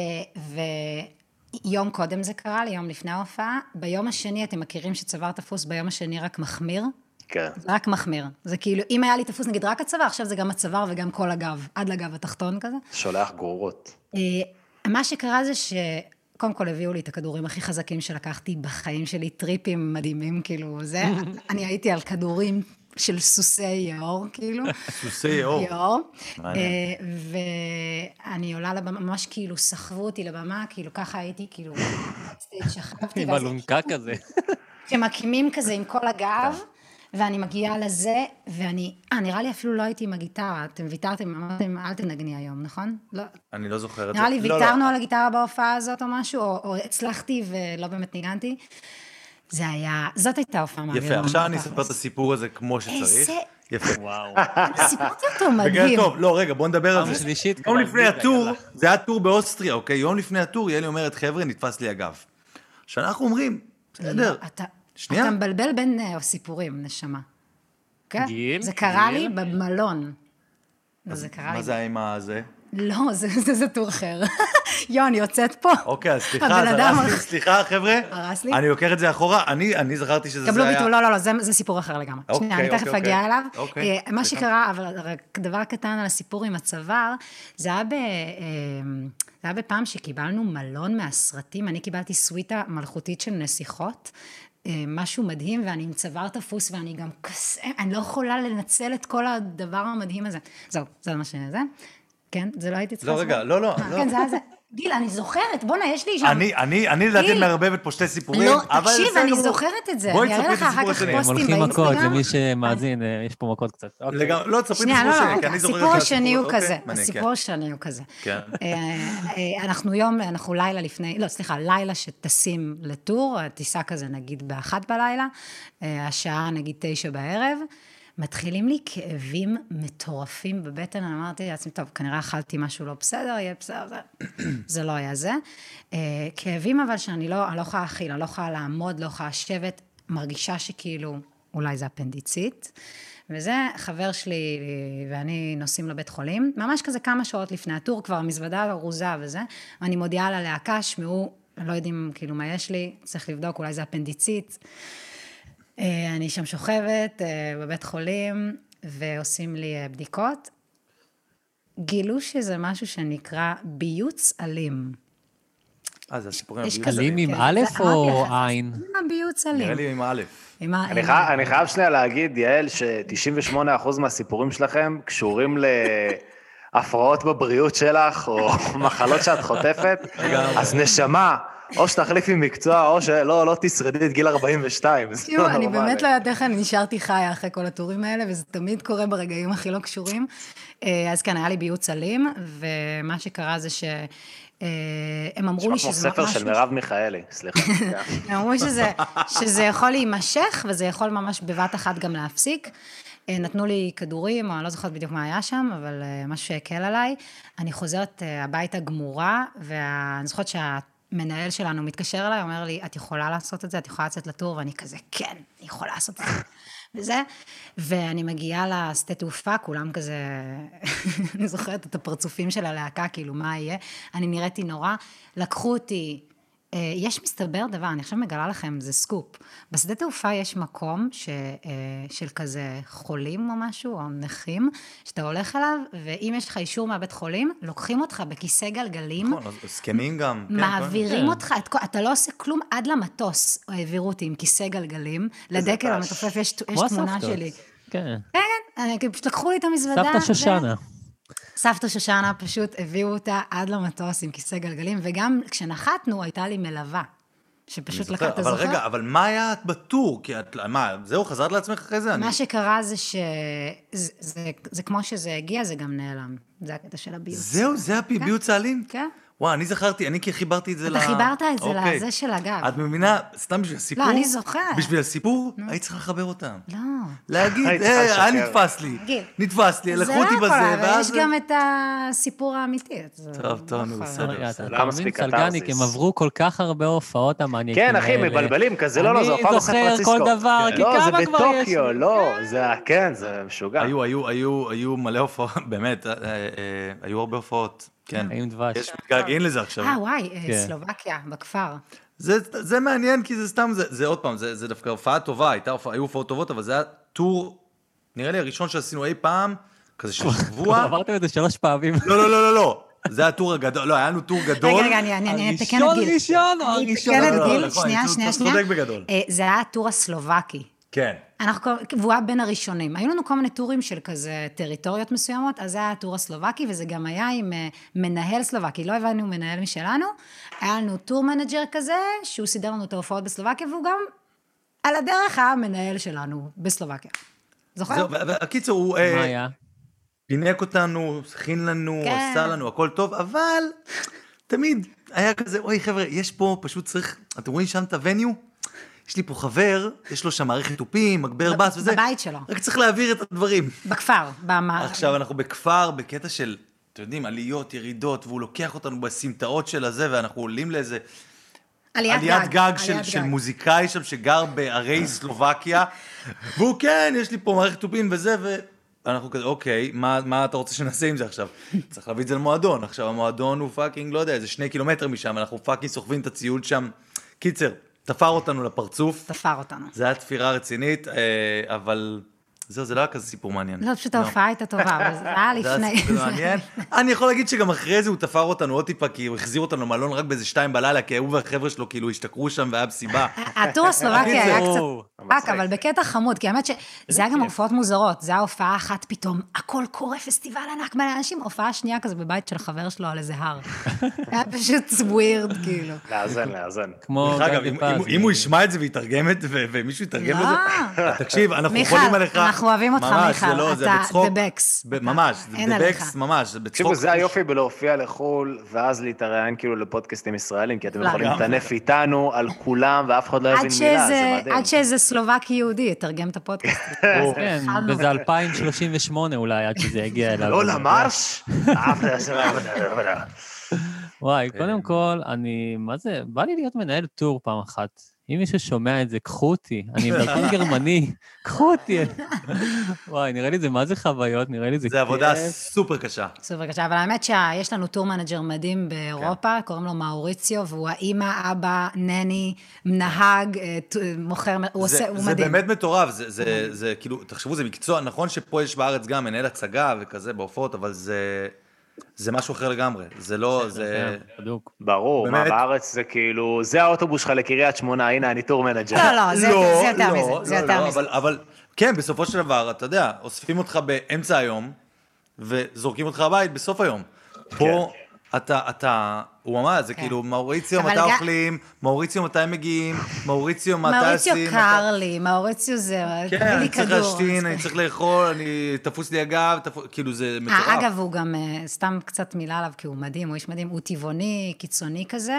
ויום קודם זה קרה לי, יום לפני ההופעה, ביום השני, אתם מכירים שצוואר תפוס ביום השני רק מחמיר? כן. רק מחמיר. זה כאילו, אם היה לי תפוס נגיד רק הצוואר, עכשיו זה גם הצוואר וגם כל הגב, עד לגב התחתון כזה. שולח גרורות. מה שקרה זה ש... קודם כל הביאו לי את הכדורים הכי חזקים שלקחתי בחיים שלי, טריפים מדהימים, כאילו, זה, אני הייתי על כדורים של סוסי יאור, כאילו. סוסי יאור. יאור. ואני עולה לבמה, ממש כאילו, סחבו אותי לבמה, כאילו, ככה הייתי, כאילו, שכבתי. עם אלונקה כזה. שמקימים כזה עם כל הגב, ואני מגיעה לזה, ואני, אה, נראה לי אפילו לא הייתי עם הגיטרה, אתם ויתרתם, אמרתם, אל תנגני היום, נכון? לא. אני לא זוכר את זה. נראה לי לא, ויתרנו לא. על הגיטרה בהופעה הזאת או משהו, או, או הצלחתי ולא באמת ניגנתי. זה היה, זאת הייתה הופעה מהאוויר. יפה, עכשיו אני אספר את הסיפור הזה כמו שצריך. איזה... יפה. וואו. סיפרתי אותו מדהים. טוב, לא, רגע, בוא נדבר על פעם זה. שלישית יום כבר, לפני גילה, הטור, יאללה. זה היה טור באוסטריה, אוקיי? יום לפני הטור, יאלי אומרת, חבר'ה, נתפס לי הגב. שאנחנו אומרים, בסדר. אתה, שנייה. אתה מבלבל בין uh, סיפורים, נשמה. כן? גיל, זה קרה גיל. לי במלון. זה קרה לי. מה זה היה עם הזה? לא, זה, זה, זה טור אחר. יו, אני יוצאת פה. אוקיי, אז סליחה, הבן אז אדם הרס לי, הולך- סליחה, חבר'ה. הרס לי? אני לוקח את זה אחורה, אני אני זכרתי שזה קבלו זה היה... ביטול, לא, לא, לא, זה, זה סיפור אחר לגמרי. אוקיי, שנייה, אני תכף אוקיי, אגיע אוקיי. אליו. אוקיי, אה, מה סליחה. שקרה, אבל רק דבר קטן על הסיפור עם הצוואר, זה היה, ב, אה, זה היה בפעם שקיבלנו מלון מהסרטים, אני קיבלתי סוויטה מלכותית של נסיכות, אה, משהו מדהים, ואני עם צוואר תפוס, ואני גם כזה, אני לא יכולה לנצל את כל הדבר המדהים הזה. זהו, זה מה שזה. כן, זה לא הייתי צריכה... לא, רגע, לספר? לא, לא, אה, לא. כן, זה היה זה. גיל, אני זוכרת, בוא'נה, יש לי שם... אני, אני, אני לדעתי גיל. מערבבת פה שתי סיפורים, לא, אבל תקשיב, בסדר אני גמור. זוכרת את זה. בואי אני תספרי אראה את לך הסיפור אחר כך השני. הם פוסטים הולכים מכות, באינסטגרם. למי שמאזין, אה, יש פה מכות קצת. אוקיי. לגמרי, לא, תספרי את שנייה, הסיפור לא, שלי, לא, כי אני זוכר הסיפור את השני הוא אוקיי? כזה, מעניין, הסיפור השני הוא כזה. כן. אה, אה, אנחנו יום, אנחנו לילה לפני, לא, סליחה, לילה שטסים לטור, טיסה כזה נגיד באחת בלילה, אה, השעה נגיד תשע בערב, מתחילים לי כאבים מטורפים בבטן, אני אמרתי לעצמי, טוב, כנראה אכלתי משהו לא בסדר, יהיה בסדר, זה, זה לא היה זה. אה, כאבים אבל שאני לא, אני לא יכולה להכיל, אני לא יכולה לעמוד, לא יכולה לשבת, מרגישה שכאילו, אולי זה אפנדיצית, וזה חבר שלי ואני נוסעים לבית חולים, ממש כזה כמה שעות לפני הטור, כבר המזוודה ארוזה וזה, ואני מודיעה ללהקה, שמעו, לא יודעים כאילו מה יש לי, צריך לבדוק, אולי זה אפנדיצית, אני שם שוכבת בבית חולים, ועושים לי בדיקות, גילו שזה משהו שנקרא ביוץ אלים. אה, זה הסיפורים יש הביוץ כזה- אלים עם כן, א' זה- או אמרתי לך, עין? זה ביוץ אלים. נראה לי עם א'. עם ה- אני עם חייב, ה- אני חייב שנייה להגיד, יעל, ש-תשעים ושמונה אחוז מהסיפורים שלכם קשורים להפרעות בבריאות שלך, או מחלות שאת חוטפת, אז נשמה, או שתחליפי מקצוע, או שלא, לא תשרדי את גיל ארבעים ושתיים. זה תראו, לא אני נורמלי. באמת לא יודעת איך אני נשארתי חיה אחרי כל הטורים האלה, וזה תמיד קורה ברגעים הכי לא קשורים. אה, אז כן, היה לי ביוץ אלים, ומה שקרה זה ש... אה, הם אמרו לי נשמע כמו שזה ספר משהו... של מרב מיכאלי, סליחה. הם אמרו שזה, שזה יכול להימשך, וזה יכול ממש בבת אחת גם להפסיק. אה, נתנו לי כדורים, או אני לא זוכרת בדיוק מה היה שם, אבל אה, משהו שהקל עליי. אני חוזרת אה, הביתה גמורה, ואני זוכרת שהמנהל שלנו מתקשר אליי, אומר לי, את יכולה לעשות את זה? את יכולה לצאת לטור? ואני כזה, כן, אני יכולה לעשות את זה. וזה, ואני מגיעה לשדה תעופה, כולם כזה, אני זוכרת את הפרצופים של הלהקה, כאילו, מה יהיה? אני נראיתי נורא, לקחו אותי, יש מסתבר דבר, אני עכשיו מגלה לכם, זה סקופ. בשדה תעופה יש מקום ש, של כזה חולים או משהו, או נכים, שאתה הולך אליו, ואם יש לך אישור מהבית חולים, לוקחים אותך בכיסא גלגלים, נכון, אז זקנים גם. כן, מעבירים כן. אותך, את כל- אתה לא עושה כלום עד למטוס, העבירו אותי עם כיסא גלגלים, לדקל דש. המתופף יש יש כמו תמונה הסבתות. שלי. כן. כן, אני- כאילו, פשוט לקחו לי את המזוודה. סבתא ו- שושנה. סבתא שושנה פשוט הביאו אותה עד למטוס עם כיסא גלגלים, וגם כשנחתנו הייתה לי מלווה, שפשוט לקחה, אתה אבל זוכר? רגע, אבל מה היה את בטור? כי את, מה, זהו, חזרת לעצמך אחרי זה? אני- מה שקרה זה שזה זה, זה כמו שזה הגיע, זה גם נעלם. זה הקטע של הביוץ. זהו, זה הביוץ האלים? כן. וואו, אני זכרתי, אני כי חיברתי את זה ל... אתה חיברת את זה אוקיי. לזה של הגב. את מבינה, סתם בשביל הסיפור? לא, אני זוכרת. בשביל הסיפור, היית צריכה לחבר אותם. לא. להגיד, היית צריכה אה, היה לשקר. נתפס לי. גיל. נתפס לי, לקחו אותי זה בזה, לא הכל, אבל ואז... יש גם את הסיפור האמיתי. אז טוב, טוב, לא נו, יכול. בסדר. רגע, אתה לא אתה מבין, מספיק סלגניק, קתרזיס. הם עברו כל כך הרבה הופעות המניאקים כן, אחי, האלה. מבלבלים, כזה לא, לא, זה הופעה אני בסן זוכר פרנסיסקו. כל דבר, כי לא, זה כמה כבר יש בטוקיו, לי? לא, זה, כן, זה משוגע. היו, היו, היו, היו מלא הופעות, באמת, אה, אה, היו הרבה הופעות, כן. היו עם דבש. יש מתגעגעים לזה עכשיו. אה, וואי, אה, כן. סלובקיה, בכפר. זה, זה מעניין, כי זה סתם, זה, זה עוד פעם, זה, זה דווקא הופעה טובה, הייתה, הופעה- היו הופעות טובות, אבל זה היה טור, נראה לי הראשון שעשינו אי פעם, כזה של שבוע. עברתם את זה שלוש פעמים. לא, לא, לא, לא, לא. זה היה הטור הגדול, לא, היה לנו טור גדול. רגע, רגע, אני- אני אני אתקן את הראשון גיל. ראשון או אני הראשון? אתקן לא, את לא, גיל, נכון, שנייה, אני שנייה, צודק שנייה. בגדול. אה, זה היה הטור הסלובקי. כן. אנחנו, והוא היה בין הראשונים. היו לנו כל מיני טורים של כזה טריטוריות מסוימות, אז זה היה הטור הסלובקי, וזה גם היה עם אה, מנהל סלובקי. לא הבנו מנהל משלנו. היה לנו טור מנג'ר כזה, שהוא סידר לנו את ההופעות בסלובקיה, והוא גם על הדרך היה המנהל שלנו בסלובקיה. זוכר? זהו, והקיצור, הוא מה היה? פינק אותנו, הכין לנו, כן. עשה לנו, הכל טוב, אבל תמיד היה כזה, אוי חבר'ה, יש פה, פשוט צריך, אתם רואים שם את הווניו? יש לי פה חבר, יש לו שם מערכת תופים, מגבר בס וזה. בבית שלו. רק צריך להעביר את הדברים. בכפר, במה... עכשיו אנחנו בכפר, בקטע של, אתם יודעים, עליות, ירידות, והוא לוקח אותנו בסמטאות של הזה, ואנחנו עולים לאיזה... עליית עליית גג. גג של, של מוזיקאי שם שגר בערי סלובקיה, והוא כן, יש לי פה מערכת טופין וזה, ואנחנו כזה, אוקיי, מה, מה אתה רוצה שנעשה עם זה עכשיו? צריך להביא את זה למועדון, עכשיו המועדון הוא פאקינג, לא יודע, איזה שני קילומטר משם, אנחנו פאקינג סוחבים את הציוד שם, קיצר, תפר אותנו לפרצוף, תפר אותנו. זה היה תפירה רצינית, אבל... זהו, זה לא היה כזה סיפור מעניין. לא, פשוט ההופעה הייתה טובה, אבל זה היה לפני. זה היה סיפור מעניין. אני יכול להגיד שגם אחרי זה הוא תפר אותנו עוד טיפה, כי הוא החזיר אותנו למלון רק באיזה שתיים בלילה, כי הוא והחבר'ה שלו כאילו השתכרו שם והיה בסיבה. הטור הסלובקי היה קצת פאק, אבל בקטע חמוד, כי האמת שזה היה גם הופעות מוזרות, זה היה הופעה אחת פתאום, הכל קורה, פסטיבל ענק בין האנשים, הופעה שנייה כזה בבית של חבר שלו על איזה הר. היה פשוט ווירד, כאילו. לאזן, לאזן. כמו אם הוא ישמע את זה ויתרגם את זה, ומישהו יתרגם את זה, תקשיב, אנחנו יכולים עליך. אנחנו אוהבים אותך, מיכל, אתה בצחוק, בבקס. ממש, בבקס, ממש, זה בצחוק. תקשיבו, זה היופי בלהופיע לחול, ואז להתראיין כאילו לפודקאסטים ישראלים, כי אתם יכולים לטנף איתנו על כולם, ואף אחד לא יבין מילה, זה מדהים. עד שאיזה סלובקי יהודי יתרגם את הפודקאסט. כן, וזה אלפיים שלושים ושמונה אולי, עד שזה יגיע אליו. לא למרש? וואי, קודם כל, אני, מה זה, בא לי להיות מנהל טור פעם אחת. אם מישהו שומע את זה, קחו אותי, אני דרכון גרמני, קחו אותי. וואי, נראה לי זה, מה זה חוויות, נראה לי זה כיף. זה עבודה סופר קשה. סופר קשה, אבל האמת שיש לנו טור מנג'ר מדהים באירופה, קוראים לו מאוריציו, והוא האמא, אבא, נני, נהג, מוכר, הוא עושה, הוא מדהים. זה באמת מטורף, זה כאילו, תחשבו, זה מקצוע, נכון שפה יש בארץ גם מנהל הצגה וכזה בהופעות, אבל זה... זה משהו אחר לגמרי, זה לא, זה... ברור, מה בארץ זה כאילו, זה האוטובוס שלך לקריית שמונה, הנה, אני טור מנג'ר. לא, לא, זה יותר מזה, זה יותר מזה. אבל כן, בסופו של דבר, אתה יודע, אוספים אותך באמצע היום, וזורקים אותך הבית בסוף היום. פה אתה, אתה, הוא אמר, זה כאילו, מאוריציו, מתי אוכלים, מאוריציו, מתי מגיעים, מאוריציו, מתי עושים. מאוריציו קר לי, מאוריציו זה, כן, אני צריך להשתין, אני צריך לאכול, אני תפוס לי אגב, כאילו זה מטורף. אגב, הוא גם, סתם קצת מילה עליו, כי הוא מדהים, הוא איש מדהים, הוא טבעוני, קיצוני כזה,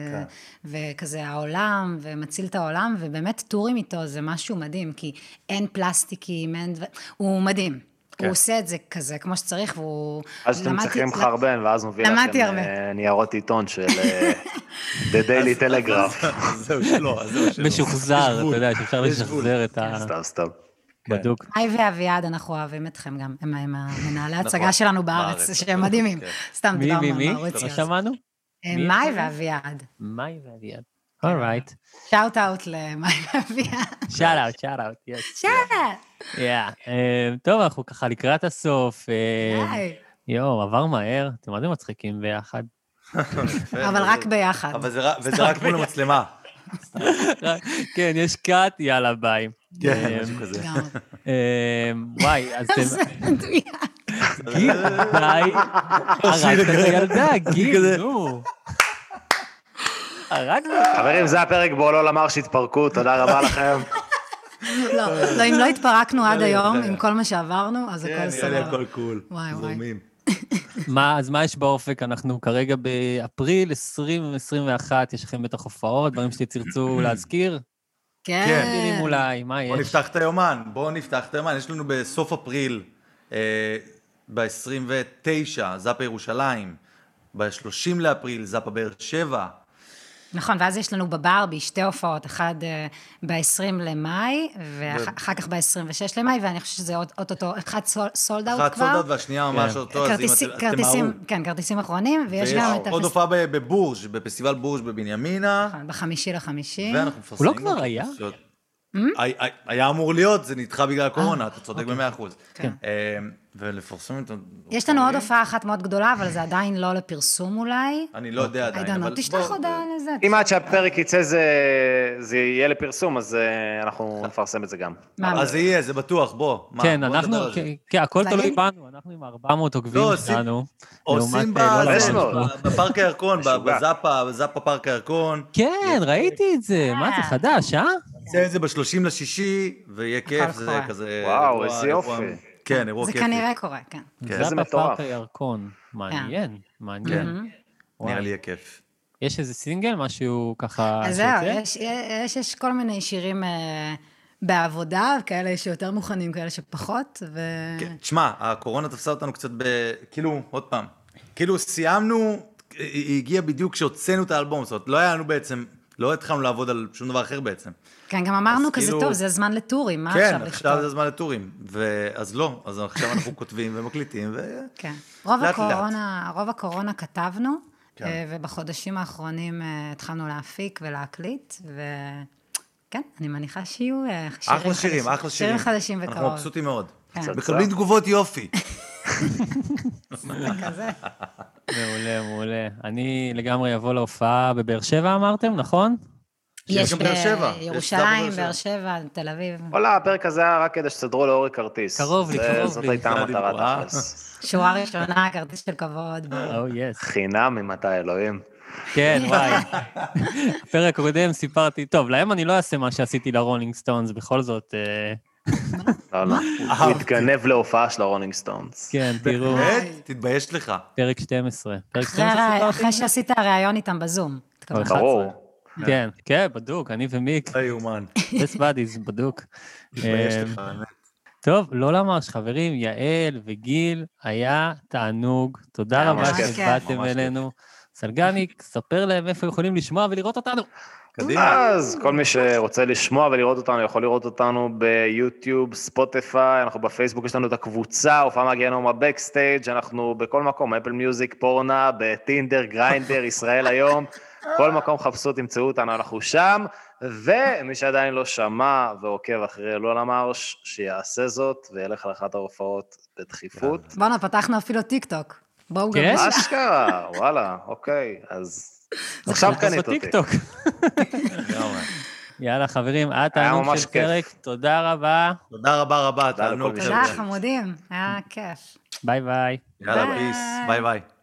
וכזה העולם, ומציל את העולם, ובאמת טורים איתו זה משהו מדהים, כי אין פלסטיקים, הוא מדהים. הוא עושה את זה כזה, כמו שצריך, והוא... אז אתם צריכים חרבן, ואז מביא לכם ניירות עיתון של The Daily Telegraph. זהו שלו, זהו שלו. משוחזר, אתה יודע, שאפשר לשחזר את ה... סתם, סתם. בדוק. היי ואביעד, אנחנו אוהבים אתכם גם, הם המנהלי הצגה שלנו בארץ, שהם מדהימים. סתם דיברנו על מי, מאוריציו. מי? לא שמענו? מאי ואביעד. מאי ואביעד. אורייט. שאוט אאוט למאי ואביעד. שאט אאוט, שאט אאוט, יס. שאט! טוב, אנחנו ככה לקראת הסוף. די. יואו, עבר מהר, אתם מה זה מצחיקים ביחד? אבל רק ביחד. וזה רק מול המצלמה. כן, יש קאט, יאללה, ביי. כן, משהו כזה. וואי, אז זה מדויק. גיל, די, הרגת את הילדה, גיל, נו. חברים, זה הפרק בו לא למר שהתפרקו, תודה רבה לכם. לא, אם לא התפרקנו עד היום, עם כל מה שעברנו, אז הכל סבבה. כן, נראה לי הכל קול. וואי, וואי. מה, אז מה יש באופק? אנחנו כרגע באפריל עשרים עשרים ואחת, יש לכם בטח הופעות, דברים שתרצו להזכיר? כן. תראים אולי, מה יש? בואו נפתח את היומן, בואו נפתח את היומן, יש לנו בסוף אפריל, ב-עשרים ותשע, זאפה ירושלים, ב-שלושים לאפריל, זאפה באר שבע. נכון, ואז יש לנו בברבי שתי הופעות, אחד ב-עשרים למאי, ואחר כך ב-עשרים ושש למאי, ואני חושבת שזה אוטוטו, אחד סולד אאוט כבר. אחד סולד אאוט והשנייה ממש אותו, אז אם אתם מהרו. כן, כרטיסים אחרונים, ויש גם את... עוד הופעה בבורג', בפסטיבל בורג' בבנימינה. בחמישי לחמישי. ואנחנו מפרסמים. הוא לא כבר היה? היה אמור להיות, זה נדחה בגלל הקורונה, אתה צודק במאה אחוז. ולפרסם את... יש לנו עוד הופעה אחת מאוד גדולה, אבל זה עדיין לא לפרסום אולי. אני לא יודע עדיין, אבל... אבל... תשלח הודעה לזה. אם עד שהפרק יצא זה יהיה לפרסום, אז אנחנו נפרסם את זה גם. אז זה יהיה, זה בטוח, בוא. כן, אנחנו, כן, הכל תלוי בנו, אנחנו עם ארבע מאות עוקבים שלנו. עושים בפארק הירקון, בזאפה, בזאפה פארק הירקון. כן, ראיתי את זה, מה זה חדש, אה? נעשה את זה ב-שלושים לשישי, ויהיה כיף, זה כזה... וואו, איזה יופי. כן, אירוע כיפי. זה כנראה קורה, כן. איזה מטורף. פארק הירקון, מעניין, מעניין. נראה לי יהיה כיף. יש איזה סינגל, משהו ככה... אז זהו, יש כל מיני שירים בעבודה, כאלה שיותר מוכנים, כאלה שפחות, ו... תשמע, הקורונה תפסה אותנו קצת ב... כאילו, עוד פעם, כאילו סיימנו, היא הגיעה בדיוק כשהוצאנו את האלבום, זאת אומרת, לא היה לנו בעצם, לא התחלנו לעבוד על שום דבר אחר בעצם. כן, גם אמרנו כזה טוב, זה זמן לטורים, מה עכשיו לכתוב? כן, עכשיו זה זמן לטורים, אז לא, אז עכשיו אנחנו כותבים ומקליטים, ו... כן, רוב הקורונה, רוב הקורונה כתבנו, ובחודשים האחרונים התחלנו להפיק ולהקליט, וכן, אני מניחה שיהיו אחלה שירים, אחלה שירים. שירים חדשים בקרוב. אנחנו מבסוטים מאוד. מקבלים תגובות יופי. כזה. מעולה, מעולה. אני לגמרי אבוא להופעה בבאר שבע, אמרתם, נכון? יש בירושלים, באר שבע, תל אביב. וואלה, הפרק הזה היה רק כדי שתסדרו לאורי כרטיס. קרוב לי, קרוב לי. זאת הייתה המטרה תכלס. שורה ראשונה, כרטיס של כבוד. חינם ממתי אלוהים. כן, וואי. הפרק הקודם סיפרתי, טוב, להם אני לא אעשה מה שעשיתי לרולינג סטונס, בכל זאת... לא, לא. הוא התגנב להופעה של הרולינג סטונס. כן, תראו. תתבייש לך. פרק שתים עשרה. פרק שתים עשרה סיפרתי? אחרי שעשית הרעיון איתם בזום. ברור. כן, כן, בדוק, אני ומיק. היי, אומן. best buddies, בדוק. תתבייש לך, האמת. טוב, לא למרש, חברים, יעל וגיל, היה תענוג. תודה רבה שבאתם אלינו. סלגניק, ספר להם איפה יכולים לשמוע ולראות אותנו. קדימה. אז כל מי שרוצה לשמוע ולראות אותנו, יכול לראות אותנו ביוטיוב, ספוטיפיי, אנחנו בפייסבוק, יש לנו את הקבוצה, הופעה מהגיהנום בבקסטייג', אנחנו בכל מקום, אפל מיוזיק, פורנה, בטינדר, גריינדר, ישראל היום, כל מקום חפשו, תמצאו אותנו, אנחנו שם, ומי שעדיין לא שמע ועוקב אחרי לא למרש, שיעשה זאת, וילך לאחת ההופעות בדחיפות. בואו, פתחנו אפילו טיק טוק. בואו גם מה שקרה, וואלה, אוקיי, אז עכשיו קנית אותי. יאללה חברים, היה תענוג של פרק, תודה רבה. תודה רבה רבה, תענוג. תודה חמודים, היה כיף. ביי ביי. יאללה, פיס, ביי ביי.